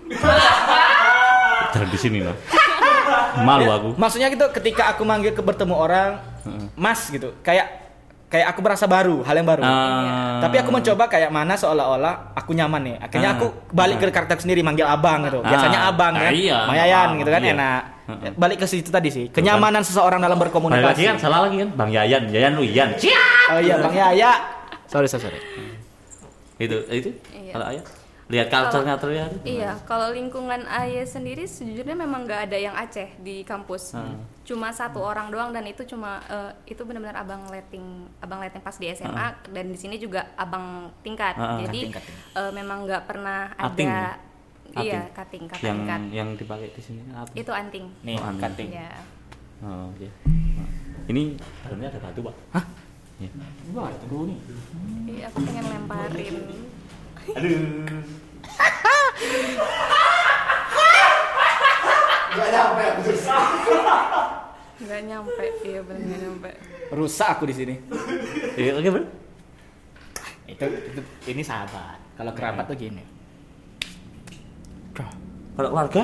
Jangan di sini loh. Malu aku. Maksudnya gitu ketika aku manggil ke bertemu orang, Mas gitu. Kayak aku merasa baru, hal yang baru. Tapi aku mencoba kayak mana seolah-olah aku nyaman nih. Akhirnya aku balik ke karakter sendiri manggil abang gitu. Biasanya abang kan, iya, Mayayan abang, gitu kan iya. enak. Balik ke situ tadi sih. Kenyamanan seseorang dalam Balik lagi berkomunikasi. kan salah lagi kan Bang Yayan lu Ian. Oh iya Bang Yaya. Sorry. Itu Iya. kalau ayah lihat culture-nya Troya itu. Iya, kalau lingkungan Ayah sendiri sejujurnya memang nggak ada yang Aceh di kampus. Cuma satu orang doang dan itu cuma itu benar-benar abang leting pas di SMA dan di sini juga abang tingkat. Jadi Tingkat. memang nggak pernah Ating ada ya? iya Ating. kata yang tingkat. yang dipakai di sini apa? Itu anting. Nih, Oh, aneh. cutting. Iya. Oh, iya. Ini dalamnya ada batu, Pak. Hah? Iya. Wah, tunggu nih. Iya, aku pengen lemparin. Nggak nyampe, iya benar nggak nyampe. Rusak aku di sini. Iya, oke, Bro. Itu ini sahabat. Kalau kerabat tuh gini. Kalau keluarga?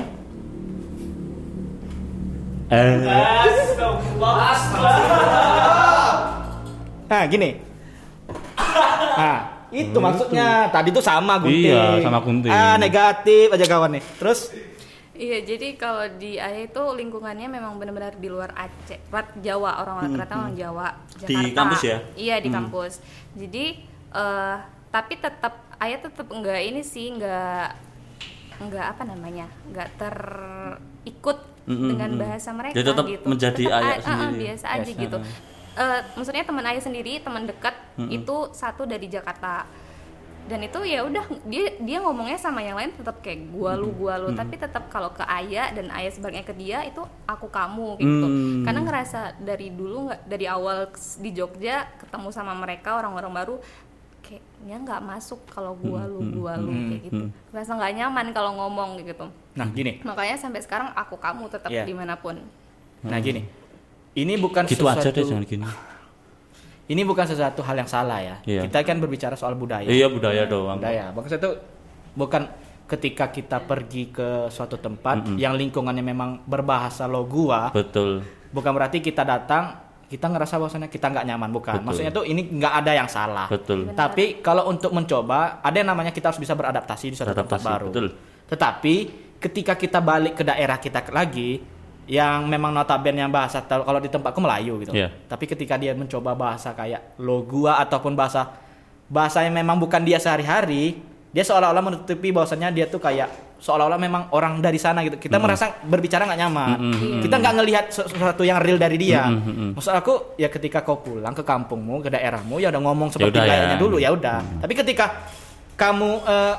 Nah, gini. Nah, itu maksudnya. Tadi tuh sama gunting. Iya, sama gunting. Negatif aja kawan nih. Terus Iya, jadi kalau di Ayah itu lingkungannya memang benar-benar di luar Aceh, Jawa, orang-orang ternyata orang Jawa, Jakarta. Di kampus ya? Iya, di kampus. Jadi tapi tetap Ayah tetap enggak ini sih, enggak apa namanya? Enggak terikut dengan bahasa mereka Jadi tetap gitu. menjadi Tetap Ayah sendiri. biasa aja gitu. Maksudnya teman Ayah sendiri, teman dekat itu satu dari Jakarta. Dan itu ya udah dia ngomongnya sama yang lain tetap kayak gua lu tapi tetap kalau ke Ayah dan Ayah sebaliknya ke dia itu aku kamu gitu. Karena ngerasa dari dulu dari awal di Jogja ketemu sama mereka orang-orang baru kayaknya nggak masuk kalau gua lu kayak gitu. Ngerasa nggak nyaman kalau ngomong gitu. Nah gini, Makanya sampai sekarang aku kamu tetap dimanapun. nah gini, ini bukan Gitu sesuatu, aja deh, jangan gini. ini bukan sesuatu hal yang salah ya. Iya. Kita kan berbicara soal budaya. Iya, budaya doang. Budaya. Maksudnya itu bukan ketika kita pergi ke suatu tempat yang lingkungannya memang berbahasa lo gua, Betul. bukan berarti kita datang kita ngerasa bahwasannya kita nggak nyaman, bukan. Betul. Maksudnya tuh ini nggak ada yang salah. Betul. Tapi kalau untuk mencoba, ada yang namanya kita harus bisa beradaptasi di suatu tempat Adaptasi, baru. betul. Tetapi ketika kita balik ke daerah kita lagi, yang memang notabene yang bahasa kalau di tempatku Melayu gitu. Iya. Tapi ketika dia mencoba bahasa kayak lo gua ataupun bahasa yang memang bukan dia sehari-hari, dia seolah-olah menutupi bahwasanya dia tuh kayak seolah-olah memang orang dari sana gitu. Kita merasa berbicara nggak nyaman. Kita nggak ngelihat sesuatu yang real dari dia. Maksud aku ya ketika kau pulang ke kampungmu, ke daerahmu ya udah ngomong seperti Yaudah, layaknya ya. dulu ya udah. Tapi ketika kamu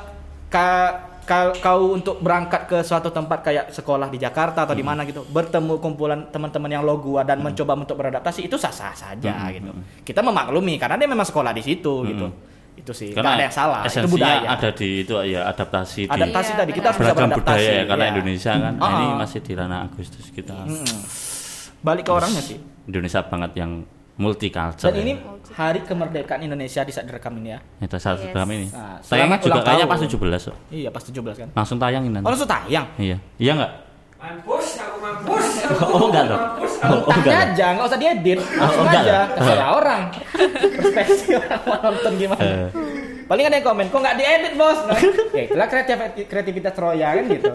kau untuk berangkat ke suatu tempat kayak sekolah di Jakarta atau di mana gitu, bertemu kumpulan teman-teman yang lo gua dan mencoba untuk beradaptasi, itu sah-sah saja gitu. Kita memaklumi karena dia memang sekolah di situ gitu. Itu sih nggak ada yang salah, itu budaya. Ada di itu ya adaptasi Adaptasi Iya, tadi kita harus bisa beragam beradaptasi budaya ya, karena iya. Indonesia kan ini masih di ranah Agustus kita. Balik ke orangnya sih. Indonesia banget yang multicultural. Dan ini ya. hari kemerdekaan Indonesia di saat direkam ini ya. Itu saat Yes. rekam ini. Nah, Tayangnya selamat juga ulang kayaknya tahun. pas 17 kok. Iya pas 17 kan. Langsung tayangin nanti. Oh langsung tayang. Iya. Iya enggak? Mampus, aku mampus. Oh enggak dong. Oh Tanya enggak. aja, nggak usah diedit, langsung enggak aja. dong. Terserah orang. Perspektif orang mau nonton gimana. Paling ada yang komen, kok nggak diedit bos? Nah, ya itulah kreativitas Troya kan gitu.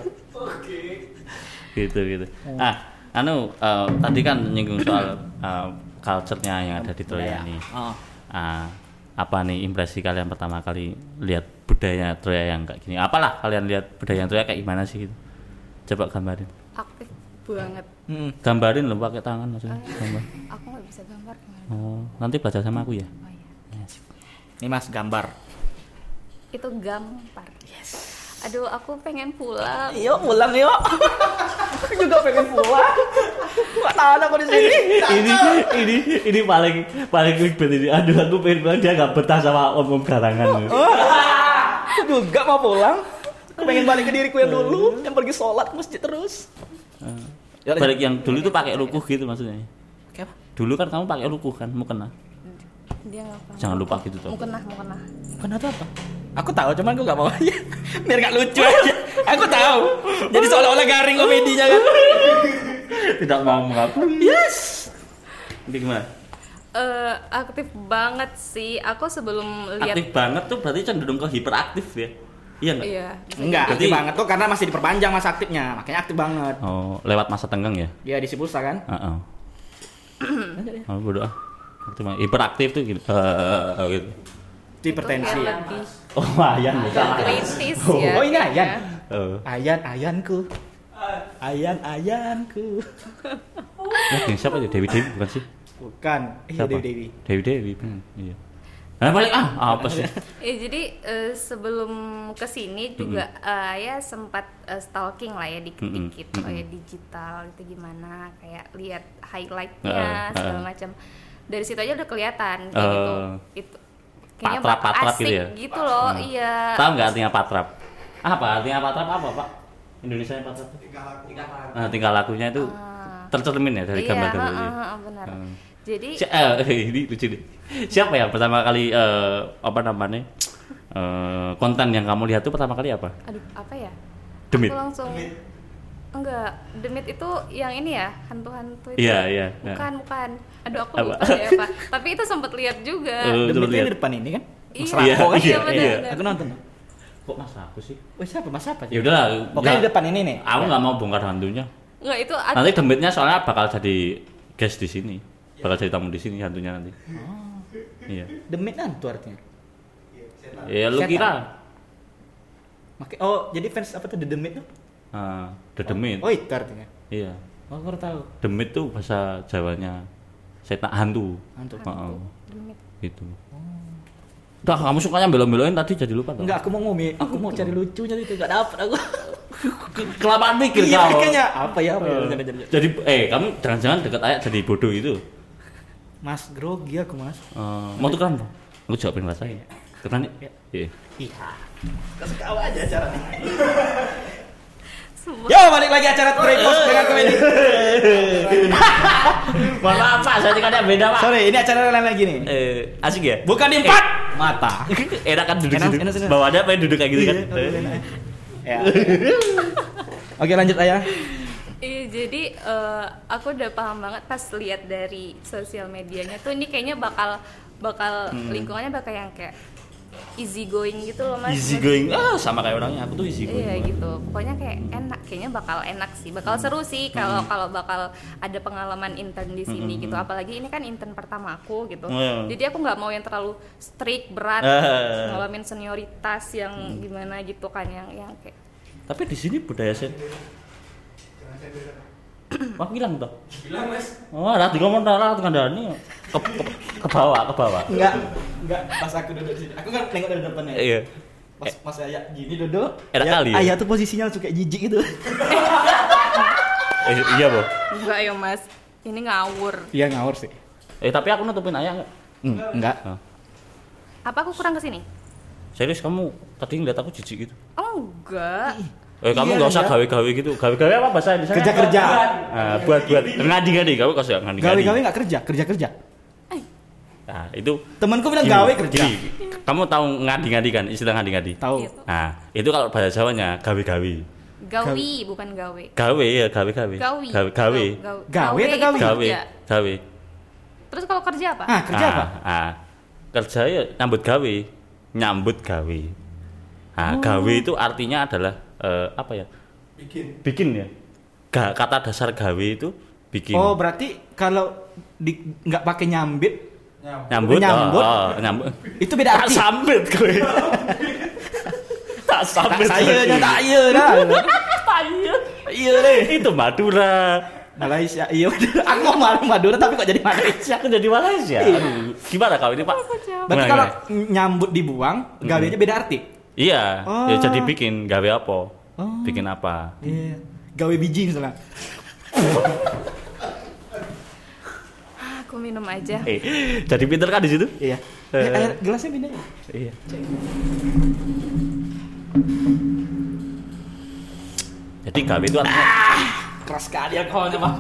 Gitu. Tadi kan nyinggung soal culture-nya yang ada di Troya ini. Oh. Apa nih impresi kalian pertama kali lihat budaya Troya yang kayak gini? Apalah kalian lihat budaya Troya kayak gimana sih gitu? Coba gambarin. Aktif banget. Gambarin loh pakai tangan maksudnya. Gambar. Aku nggak bisa gambar kemarin. Oh, nanti belajar sama aku ya. Oh iya. Yes. Ini mas gambar. Itu gampar. Yes. Aduh, aku pengen pulang. Yuk pulang yuk. Aku juga pengen pulang. Gak tahan aku di sini. ini paling clickbait ini. Aduh, aku pengen bilang dia nggak betah sama om garangan. Aku juga mau pulang. Aku pengen balik ke diriku yang dulu, yang pergi sholat ke masjid terus. Balik yang dulu itu pakai rukuh gitu maksudnya. Kayak apa? Dulu kan kamu pakai rukuh kan, mukena. Dia nggak pernah. Jangan lupa gitu tuh. Mau kena. Bukan itu apa? Aku tahu, cuman aku gak mau aja. Biar gak lucu aja. Aku tahu. Jadi seolah-olah garing komedinya kan. Tidak mau mengakui. Yes. Ini gimana? Aktif banget sih. Aku sebelum lihat. Aktif banget tuh berarti cenderung ke hiperaktif ya? Iya nggak? Iya. bisa Enggak, Berarti- aktif banget tuh karena masih diperpanjang masa aktifnya. Makanya aktif banget. Oh, lewat masa tenggang ya? Dia di Sipulsa kan? Heeh. Oh, bodoh ah. Aktif banget. Hiperaktif tuh gitu. Gitu. Itu hipertensi. Itu kayak lebih Oh, ayan ya. ke kritis Oh, ya. oh, ini Ayan. Oh. Ayanku. Ayanku. Ya, siapa itu? Dewi bukan sih? Bukan. Iya Siapa? Dewi. Dewi. Iya. Nah, balik apa sih? Jadi sebelum kesini juga ya sempat stalking lah ya dikit-dikit kayak digital itu gimana, kayak lihat highlightnya segala macam. Dari situ aja udah kelihatan kayak gitu. Itu kayaknya Patrap asik gitu ya? gitu loh. Iya. Tahu nggak artinya patrap? Apa artinya patrap apa, Pak? Indonesia yang patrap? Nah, tingkah lakunya itu tercermin ya dari gambar-gambar ini. Iya, benar. Jadi Ini lucu nih. Siapa ya pertama kali konten yang kamu lihat tuh pertama kali apa? aduh apa ya? Demit. Aku langsung enggak, Demit itu yang ini ya, hantu-hantu itu. Iya. Bukan. Aduh aku Apa? lupa deh apa. Tapi itu sempat lihat juga. Coba Demitnya lihat. di depan ini kan? Mas Iya, Rampo kan? iya, benar. Aku nonton. Kok Mas aku sih? Wah, siapa Mas apa? Ya udahlah. Pokoknya di depan ini nih. Aku nggak mau bongkar hantunya. Enggak itu Nanti Demitnya soalnya bakal jadi guest di sini. Bakal jadi tamu di sini hantunya nanti. Iya. Demit hantu artinya. Ya lu Setan. kira. Oh, jadi fans apa tuh The Demit tuh? The Demit. Oh, itu artinya. Iya. Oh, aku baru tahu. Demit tuh bahasa Jawanya setan hantu. Hantu. Heeh. Demit. Gitu. Dah, kamu sukanya belo-beloin tadi jadi lupa toh? Enggak, aku mau cari lucunya itu enggak dapet aku. Kelamaan mikir Iya, kau. makanya apa ya? Jadi. Jadi kamu jangan-jangan deket ayak jadi bodoh itu. Mas grogi aku, Mas. Mau tukeran toh? Aku jawabin rasanya. Tukeran ya? Iya. Iya. Kasih kau aja acara nih. Semua. Yo, balik lagi acara Tripos dengan komedi. Mohon maaf Pak, saya tinggalnya beda Pak. Sorry, ini acara lain lagi nih. Asik ya? Bukan di empat mata. Enak kan duduk Enak, situ. enak. Bawaannya pengen duduk kayak gitu kan. Ya. Oke, lanjut Ayah. Iya, jadi aku udah paham banget pas lihat dari sosial medianya tuh ini kayaknya bakal lingkungannya bakal yang kayak easy going gitu loh Mas. Easy going. Sama kayak orangnya, aku tuh easy going. Iya gitu. Pokoknya kayak enak, kayaknya bakal enak sih. Bakal seru sih kalau bakal ada pengalaman intern di sini gitu. Apalagi ini kan intern pertama aku gitu. Jadi aku nggak mau yang terlalu strict, berat, ngalamin senioritas yang gimana gitu kan yang kayak. Tapi di sini budaya sen. Wah, hilang toh. Bilang Mas. Oh, ada di komentar lah ngandani ke bawah. Enggak pas aku duduk di sini. Aku kan nengok dari depannya. Iya. Pas Ayah gini duduk. Enak kali ya? Ayah tuh posisinya langsung kayak jijik gitu. Iya, Bo. Enggak ya Mas, ini ngawur. Iya ngawur sih. Tapi aku nutupin ayah enggak? Enggak. Apa aku kurang kesini? Serius kamu tadi ngeliat aku jijik gitu? Oh enggak. Kamu Iya, nggak usah iya. gawe-gawe gitu. Gawe-gawe apa bahasa di sana? Kerja-kerja. Buat ngadi-ngadi. Kamu kok usah ngadi-ngadi. Gawe-gawe enggak kerja. Nah, itu Temanku bilang gini, gawe kerja. gini. Kamu tahu ngadi-ngadi kan? Istilah ngadi-ngadi. Tahu. Iya. Nah, itu kalau bahasa Jawanya gawe-gawe. Gawi bukan gawe. Gawe ya, gawe-gawe. Gawi. Gawe. Gawe atau itu gawi? Gawe. kerja. Gawe. Terus kalau kerja apa? Kerja apa? Kerja ya nyambut gawe. Gawe itu artinya adalah apa ya? Bikin ya. Kata dasar gawe itu bikin. Oh, berarti kalau nggak pakai nyambit Nyambut. Nyambut. Nyambut. itu beda arti. Tak sambit gue. Tak sambit. Tak iya dah. Iya deh. Itu Madura. Malaysia. Iya, aku mau Madura tapi kok jadi Malaysia. Aku jadi Malaysia. Aduh, gimana kau ini Pak? Berarti Gimana, kalau gimana? nyambut dibuang, gawenya beda arti. Iya, Oh. ya jadi bikin gawe apa? Oh. Bikin apa? Iya. Gawe biji misalnya. Aku minum aja. Jadi pinter kan di situ? Iya. Air gelasnya pindah. Iya. Jadi gawe itu artinya Keras sekali alkoholnya, Pak.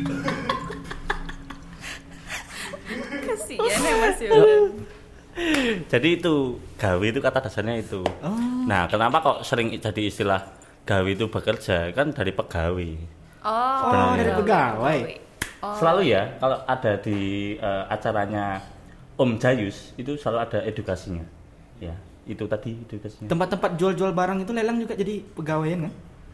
Kasihan ya Mas Yodan. jadi itu gawe itu kata dasarnya itu. Nah, kenapa kok sering jadi istilah gawe itu bekerja? Kan dari pegawai. Oh, dari pegawai. Oh. Selalu ya kalau ada di acaranya Om Jayus itu selalu ada edukasinya. Ya, itu tadi edukasinya. Tempat-tempat jual-jual barang itu lelang juga jadi pegawaian kan?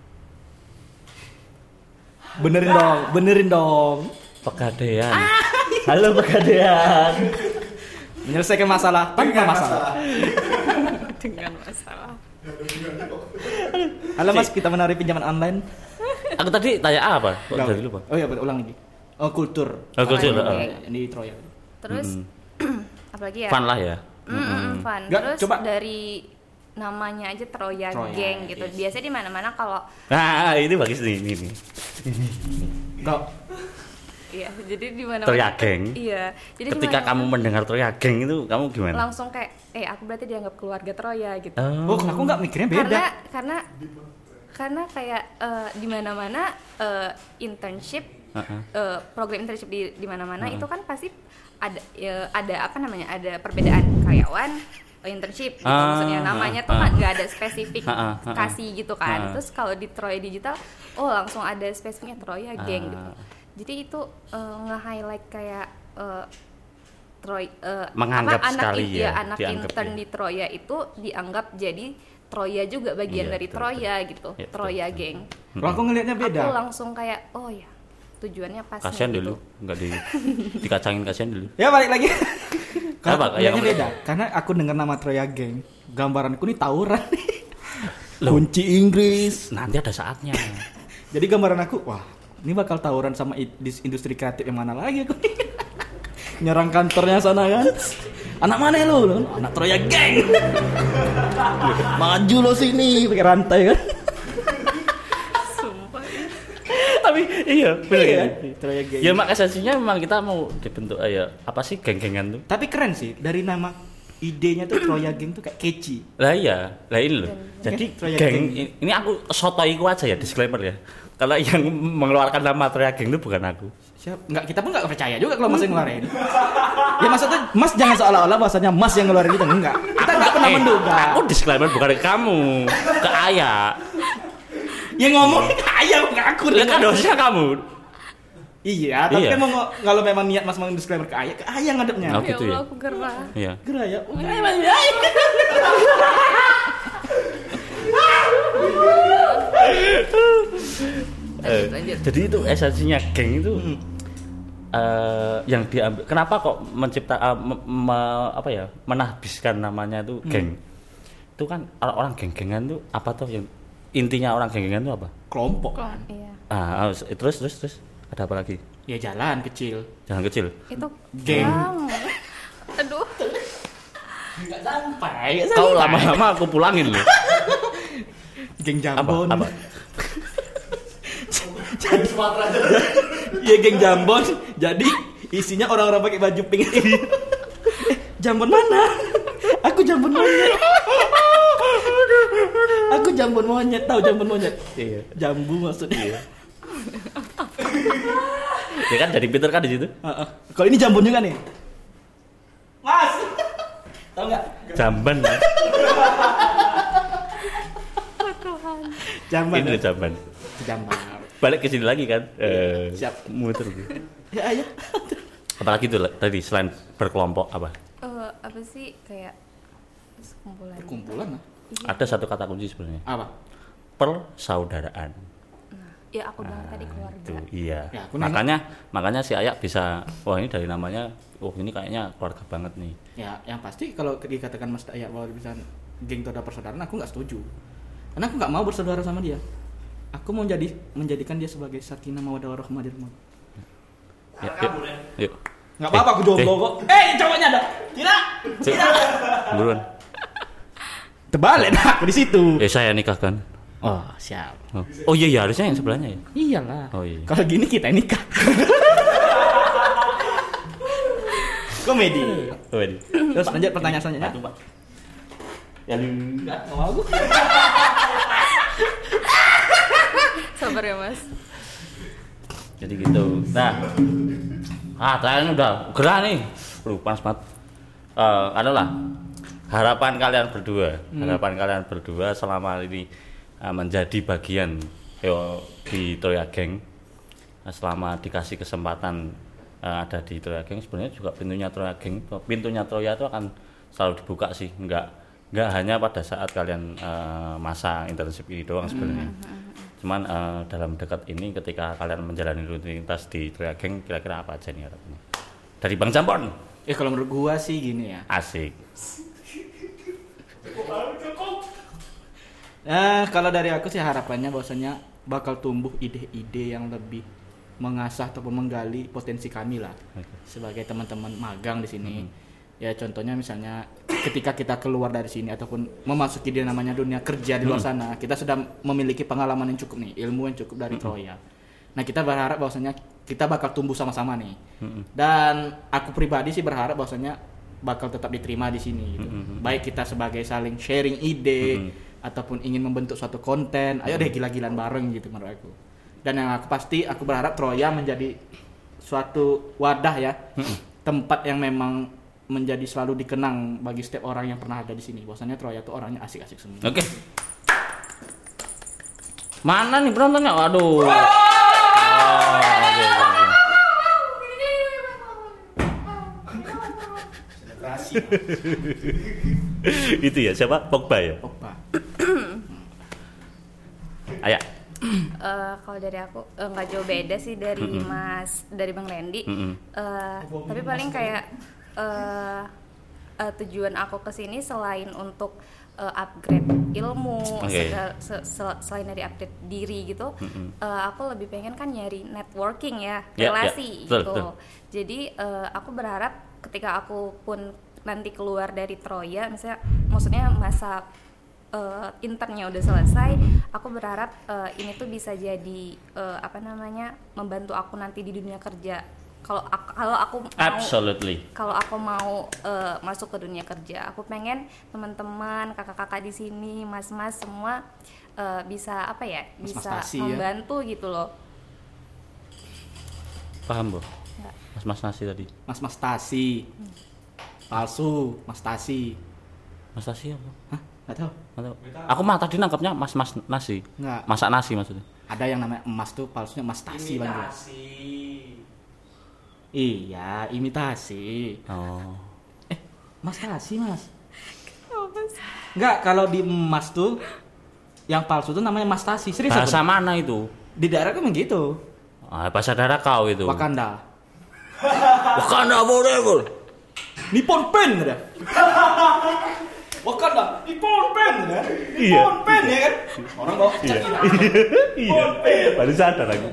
Benerin dong. Pegadaian. Halo Pegadaian. Menyelesaikan masalah tanpa masalah. Dengan masalah. Halo Mas, kita menari pinjaman online. Aku tadi tanya apa? Kok Gawe. tadi lupa. Oh iya, ulang lagi. Oh, kultur. Oh, kultur, Di Troya. Terus apalagi ya? Fun lah ya. Fun. Nggak, Terus coba. dari namanya aja Troya Troya, Gang gitu. yes. Biasanya di mana-mana kalau Ini bagus nih, ini. Enggak. iya, jadi di mana-mana. Troya Gang. Iya. Jadi Ketika di mana-mana kamu mendengar Troya Gang itu kamu gimana? langsung kayak aku berarti dianggap keluarga Troya gitu. Oh, aku enggak mikirnya beda. Karena kayak di mana-mana internship program internship di mana-mana itu kan pasti ada apa namanya, ada perbedaan karyawan internship gitu. Maksudnya namanya tuh nggak ada spesifik kasih gitu kan. Terus kalau di Troya Digital langsung ada spesifiknya Troya Gang gitu. Jadi itu nge-highlight kayak Menganggap anak sekali ya, anak dianggap intern ya. di Troya itu dianggap jadi Troya juga, bagian Iya, dari betul, Troya gitu, Iya, betul, Troya betul. geng. Kalau aku ngelihatnya beda. Aku langsung kayak oh ya tujuannya pas Kasihan gitu. dulu, enggak dikacangin, kasihan dulu. Ya balik lagi. Kalau Apa? aku ngelihatnya Yang- beda, karena aku dengar nama Troya Gang, gambaranku nih tawuran. Loh. Kunci Inggris. Nanti ada saatnya. Jadi gambaran aku, wah, ini bakal tawuran sama industri kreatif yang mana lagi aku. Nyerang kantornya sana kan. Anak mana lu? Anak Troya Gang. Maju lo sini pakai rantai kan. Sumpah. Tapi iya, benar Iya, ya. Troya Gang. Ya mak esensinya memang kita mau dibentuk apa sih geng-gengan tuh. Tapi keren sih, dari nama idenya tuh Troya Gang tuh kayak catchy. Lah iya, lah ini loh. Jadi Troya geng Gang. ini aku sotoiku aja ya, disclaimer ya. Kalau yang mengeluarkan nama Troya Gang itu bukan aku. Siap? Enggak, kita pun enggak percaya juga kalau Mas yang ngeluarin. Ya maksudnya Mas jangan seolah-olah bahasanya Mas yang ngeluarin itu, enggak. Kita enggak pernah menduga. Aku disclaimer bukan ke kamu, ke Ayah. Ya ngomong ayah bukan aku. Lah kan harusnya kamu. Iya, tapi Iya. kan kalau memang niat Mas mau disclaimer ke ayah ngadepnya. Oh, Ya gitu ya? Allah, aku gerah. Iya. Gerah ya. Lanjut. Jadi itu esensinya geng itu yang diambil. Kenapa kok mencipta apa ya, menahbiskan namanya itu geng? Itu kan orang geng-gengan tuh apa tuh yang intinya orang geng-gengan tuh apa? Kelompok. Iya. Terus ada apa lagi? Ya jalan kecil. Jangan kecil. Itu Geng. Bang. Aduh. Enggak sampai. Kau lama-lama aku pulangin loh. Geng Apa? Jambon. Apa? Jadi Iya geng Jambon. Jadi isinya orang-orang pakai baju pink. Jambon mana? Aku Jambon monyet. Aku Jambon monyet, tahu Jambon monyet? Iya. Jambu maksudnya. Ya kan jadi pinter kan di situ. Heeh. Kalau ini Jambon juga nih. Mas. Tahu enggak? Jamban. Tuhan. Jamban. Ini loh jamban. Jamban. Balik ke sini lagi kan. Siap. Muter. Ya ayo. Apalagi tuh tadi selain berkelompok apa? Apa sih kayak sekumpulan. Kumpulan lah. Ada satu kata kunci sebenarnya. Apa? Persaudaraan. Ya aku bilang tadi keluarga. Itu iya. Ya, aku nanya. Makanya si Ayak bisa, wah ini dari namanya, oh ini kayaknya keluarga banget nih. Ya, yang pasti kalau dikatakan Mas Dayak bahwa bisa geng itu ada persaudaraan, aku nggak setuju. Karena aku nggak mau bersaudara sama dia. Aku mau menjadikan dia sebagai sakinah mawaddah warahmah di rumah. Yuk. Nggak apa-apa aku jomblo kok. Cowoknya ada. Tidak. Buruan. Terbalik dah aku di situ. Saya nikahkan. Oh, siap. Oh iya harusnya yang sebelahnya ya. Iyalah. Oh iya. Kalau gini kita nikah. Komedi. Wedi. Terus lanjut pertanyaan selanjutnya. Satu, Pak. Ya lu Enggak mau aku. Sabar ya Mas. jadi gitu. Nah. Terakhir udah gerah nih. Panas banget. Adalah harapan kalian berdua selama ini menjadi bagian di Troya Gang, selama dikasih kesempatan ada di Troya Gang, sebenarnya juga pintunya Troya itu akan selalu dibuka sih, nggak hanya pada saat kalian masa internship ini doang sebenarnya. Cuman dalam dekat ini ketika kalian menjalani rutinitas di Troya Gang, kira-kira apa aja nih harapannya dari Bang Jambon? Kalau menurut gua sih gini ya. Asik. Nah, kalau dari aku sih harapannya bahwasanya bakal tumbuh ide-ide yang lebih mengasah ataupun menggali potensi kami lah sebagai teman-teman magang di sini. Ya contohnya misalnya ketika kita keluar dari sini ataupun memasuki dia namanya dunia kerja di luar sana, kita sudah memiliki pengalaman yang cukup nih, ilmu yang cukup dari Troya. Nah, kita berharap bahwasanya kita bakal tumbuh sama-sama nih. Dan aku pribadi sih berharap bahwasanya bakal tetap diterima di sini gitu. Baik kita sebagai saling sharing ide ataupun ingin membentuk suatu konten, ayo deh gila-gilaan bareng gitu menurut aku. Dan yang aku pasti aku berharap Troya menjadi suatu wadah ya, tempat yang memang menjadi selalu dikenang bagi setiap orang yang pernah ada di sini. Bahwasanya Troya tuh orangnya asik-asik semua. Oke. Mana nih penontonnya? Waduh. Itu ya siapa? Pogba ya? Pogba. Ayo. Kalau dari aku nggak jauh beda sih dari Bang Randy. Tapi paling kayak tujuan aku kesini selain untuk upgrade ilmu, selain dari upgrade diri gitu, aku lebih pengen kan nyari networking ya, relasi gitu. Jadi aku berharap ketika aku pun nanti keluar dari Troya, maksudnya masa internnya udah selesai, aku berharap ini tuh bisa jadi membantu aku nanti di dunia kerja. Kalau aku mau masuk ke dunia kerja, aku pengen teman-teman, kakak-kakak di sini, mas-mas semua bisa bisa membantu gitu loh. Paham, Bu? Mas nasi tadi. Mas Tasi. Palsu, Mas Tasi. Mas Tasi apa? Hah? Nggak tahu. Aku mah tadi nangkepnya mas nasi. Nggak. Masak nasi maksudnya. Ada yang namanya emas tuh palsunya Mas Tasi banget. Iya, imitasi. Oh. Mas Tasi, Mas. Enggak, kalau di emas tuh yang palsu tuh namanya Mas Tasi. Serius. Bahasa mana itu? Di daerah kan begitu. Bahasa daerah kau itu. Wakanda forever. Nippon Pen ada. Wakanda, Nippon Pen ada. Iya. Nippon Pen ya kan? Orang bawa cek. Iya. Baru sadar lagi.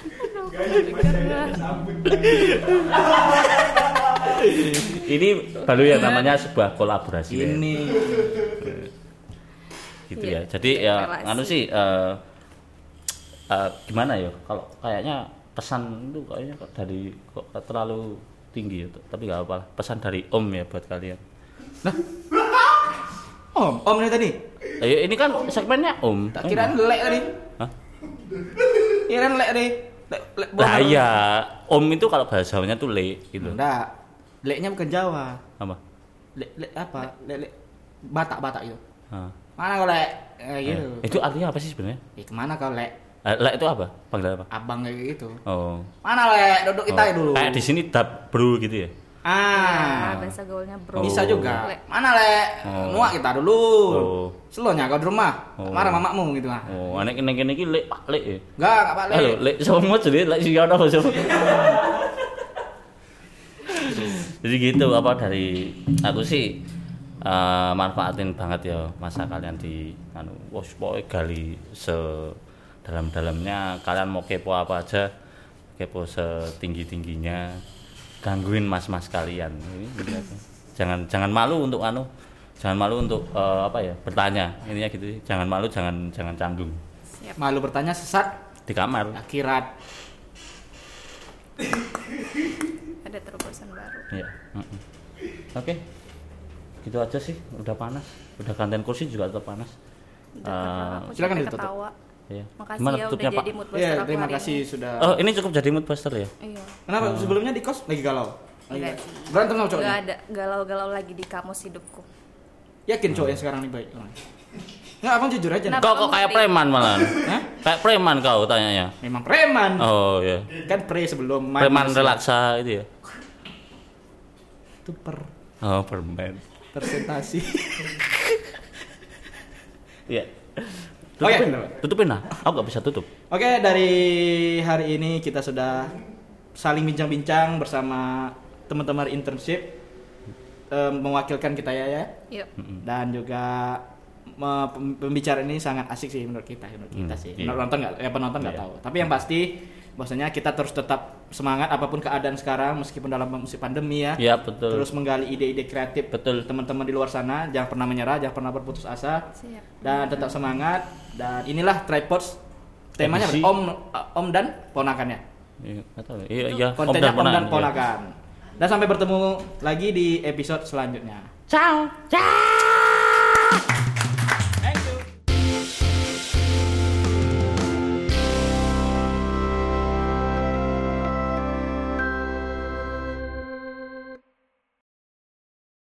Ini baru yang namanya sebuah kolaborasi. Ini. Gitu ya. Jadi ya nganu sih gimana ya? Kalau kayaknya pesan itu kayaknya dari kok terlalu tinggi ya, tapi nggak apa-apa. Pesan dari Om ya buat kalian. Nah, Om ini tadi. Ini kan segmennya Om. Tak kirain lek tadi. Hah? Kirain lek tadi. Lah iya, Om itu kalau bahasanya tuh le gitu. Enggak. Leknya bukan Jawa. Apa? Lek apa? Lek Batak itu. Mana kau lek? Gitu. Itu artinya apa sih sebenarnya? Kemana kau lek? Lek itu apa? Panggilan apa? Abang kayak gitu. Oh. Mana lek? Duduk kita dulu. Kayak di sini dap bro gitu ya. Bahasa gaulnya bro. Bisa juga. Mana lek? Nuak kita dulu. Selonya kau di rumah. Marah mamamu gitu ah. Anek kene iki lek Pak Lek ya. Enggak Pak Lek. Halo, lek semua jadi lek sing ono basa. Jadi gitu apa dari aku sih manfaatin banget ya masa kalian di pokoknya gali dalam-dalamnya. Kalian mau kepo apa aja, kepo setinggi-tingginya, gangguin mas-mas kalian. Jangan malu untuk jangan malu untuk bertanya. Intinya gitu. Jangan malu, jangan canggung. Siap. Malu bertanya sesat Di kamar. akhirat. Ada terobosan baru. Iya. Oke. Gitu aja sih. Udah panas. Udah kanten kursi juga tetap panas. Aku silakan sampai ditutup. ketawa. Iya. Makasih Gimana ya tutupnya, udah Pak? jadi mood booster Iya, aku terima hari kasih ini. sudah. Oh, ini cukup jadi mood booster ya? Iya. Kenapa sebelumnya di kos lagi galau? Enggak sih. Berantem sama cowoknya? Gak ada galau-galau lagi di kamus hidupku. Yakin cowok yang sekarang nih baik? Enggak, abang jujur aja. Kenapa? Kok kayak preman malah? Hah? Kayak preman kau tanyanya. Memang preman. Oh iya. Kan sebelum main Preman manusia. relaksa itu ya. Itu Oh, permen. presentasi. Iya. Oke. Tutupin lah. Aku nggak bisa tutup. Oke, dari hari ini kita sudah saling bincang-bincang bersama teman-teman internship mewakilkan kita ya. Yuk. Dan juga pembicaraan ini sangat asik sih menurut kita sih. Iya. Penonton nggak tahu. Tapi yang pasti bahwasanya kita terus tetap semangat apapun keadaan sekarang meskipun dalam musim pandemi ya. Iya, betul. Terus menggali ide-ide kreatif Betul. teman-teman di luar sana, jangan pernah menyerah, jangan pernah berputus asa. Siap. Dan tetap semangat. Dan inilah Tripods temanya Edisi. Om dan ponakannya. Iya, nggak tahu. Iya. Kontennya Om dan Iya. ponakan. Dan sampai bertemu lagi di episode selanjutnya. Ciao. Ciao.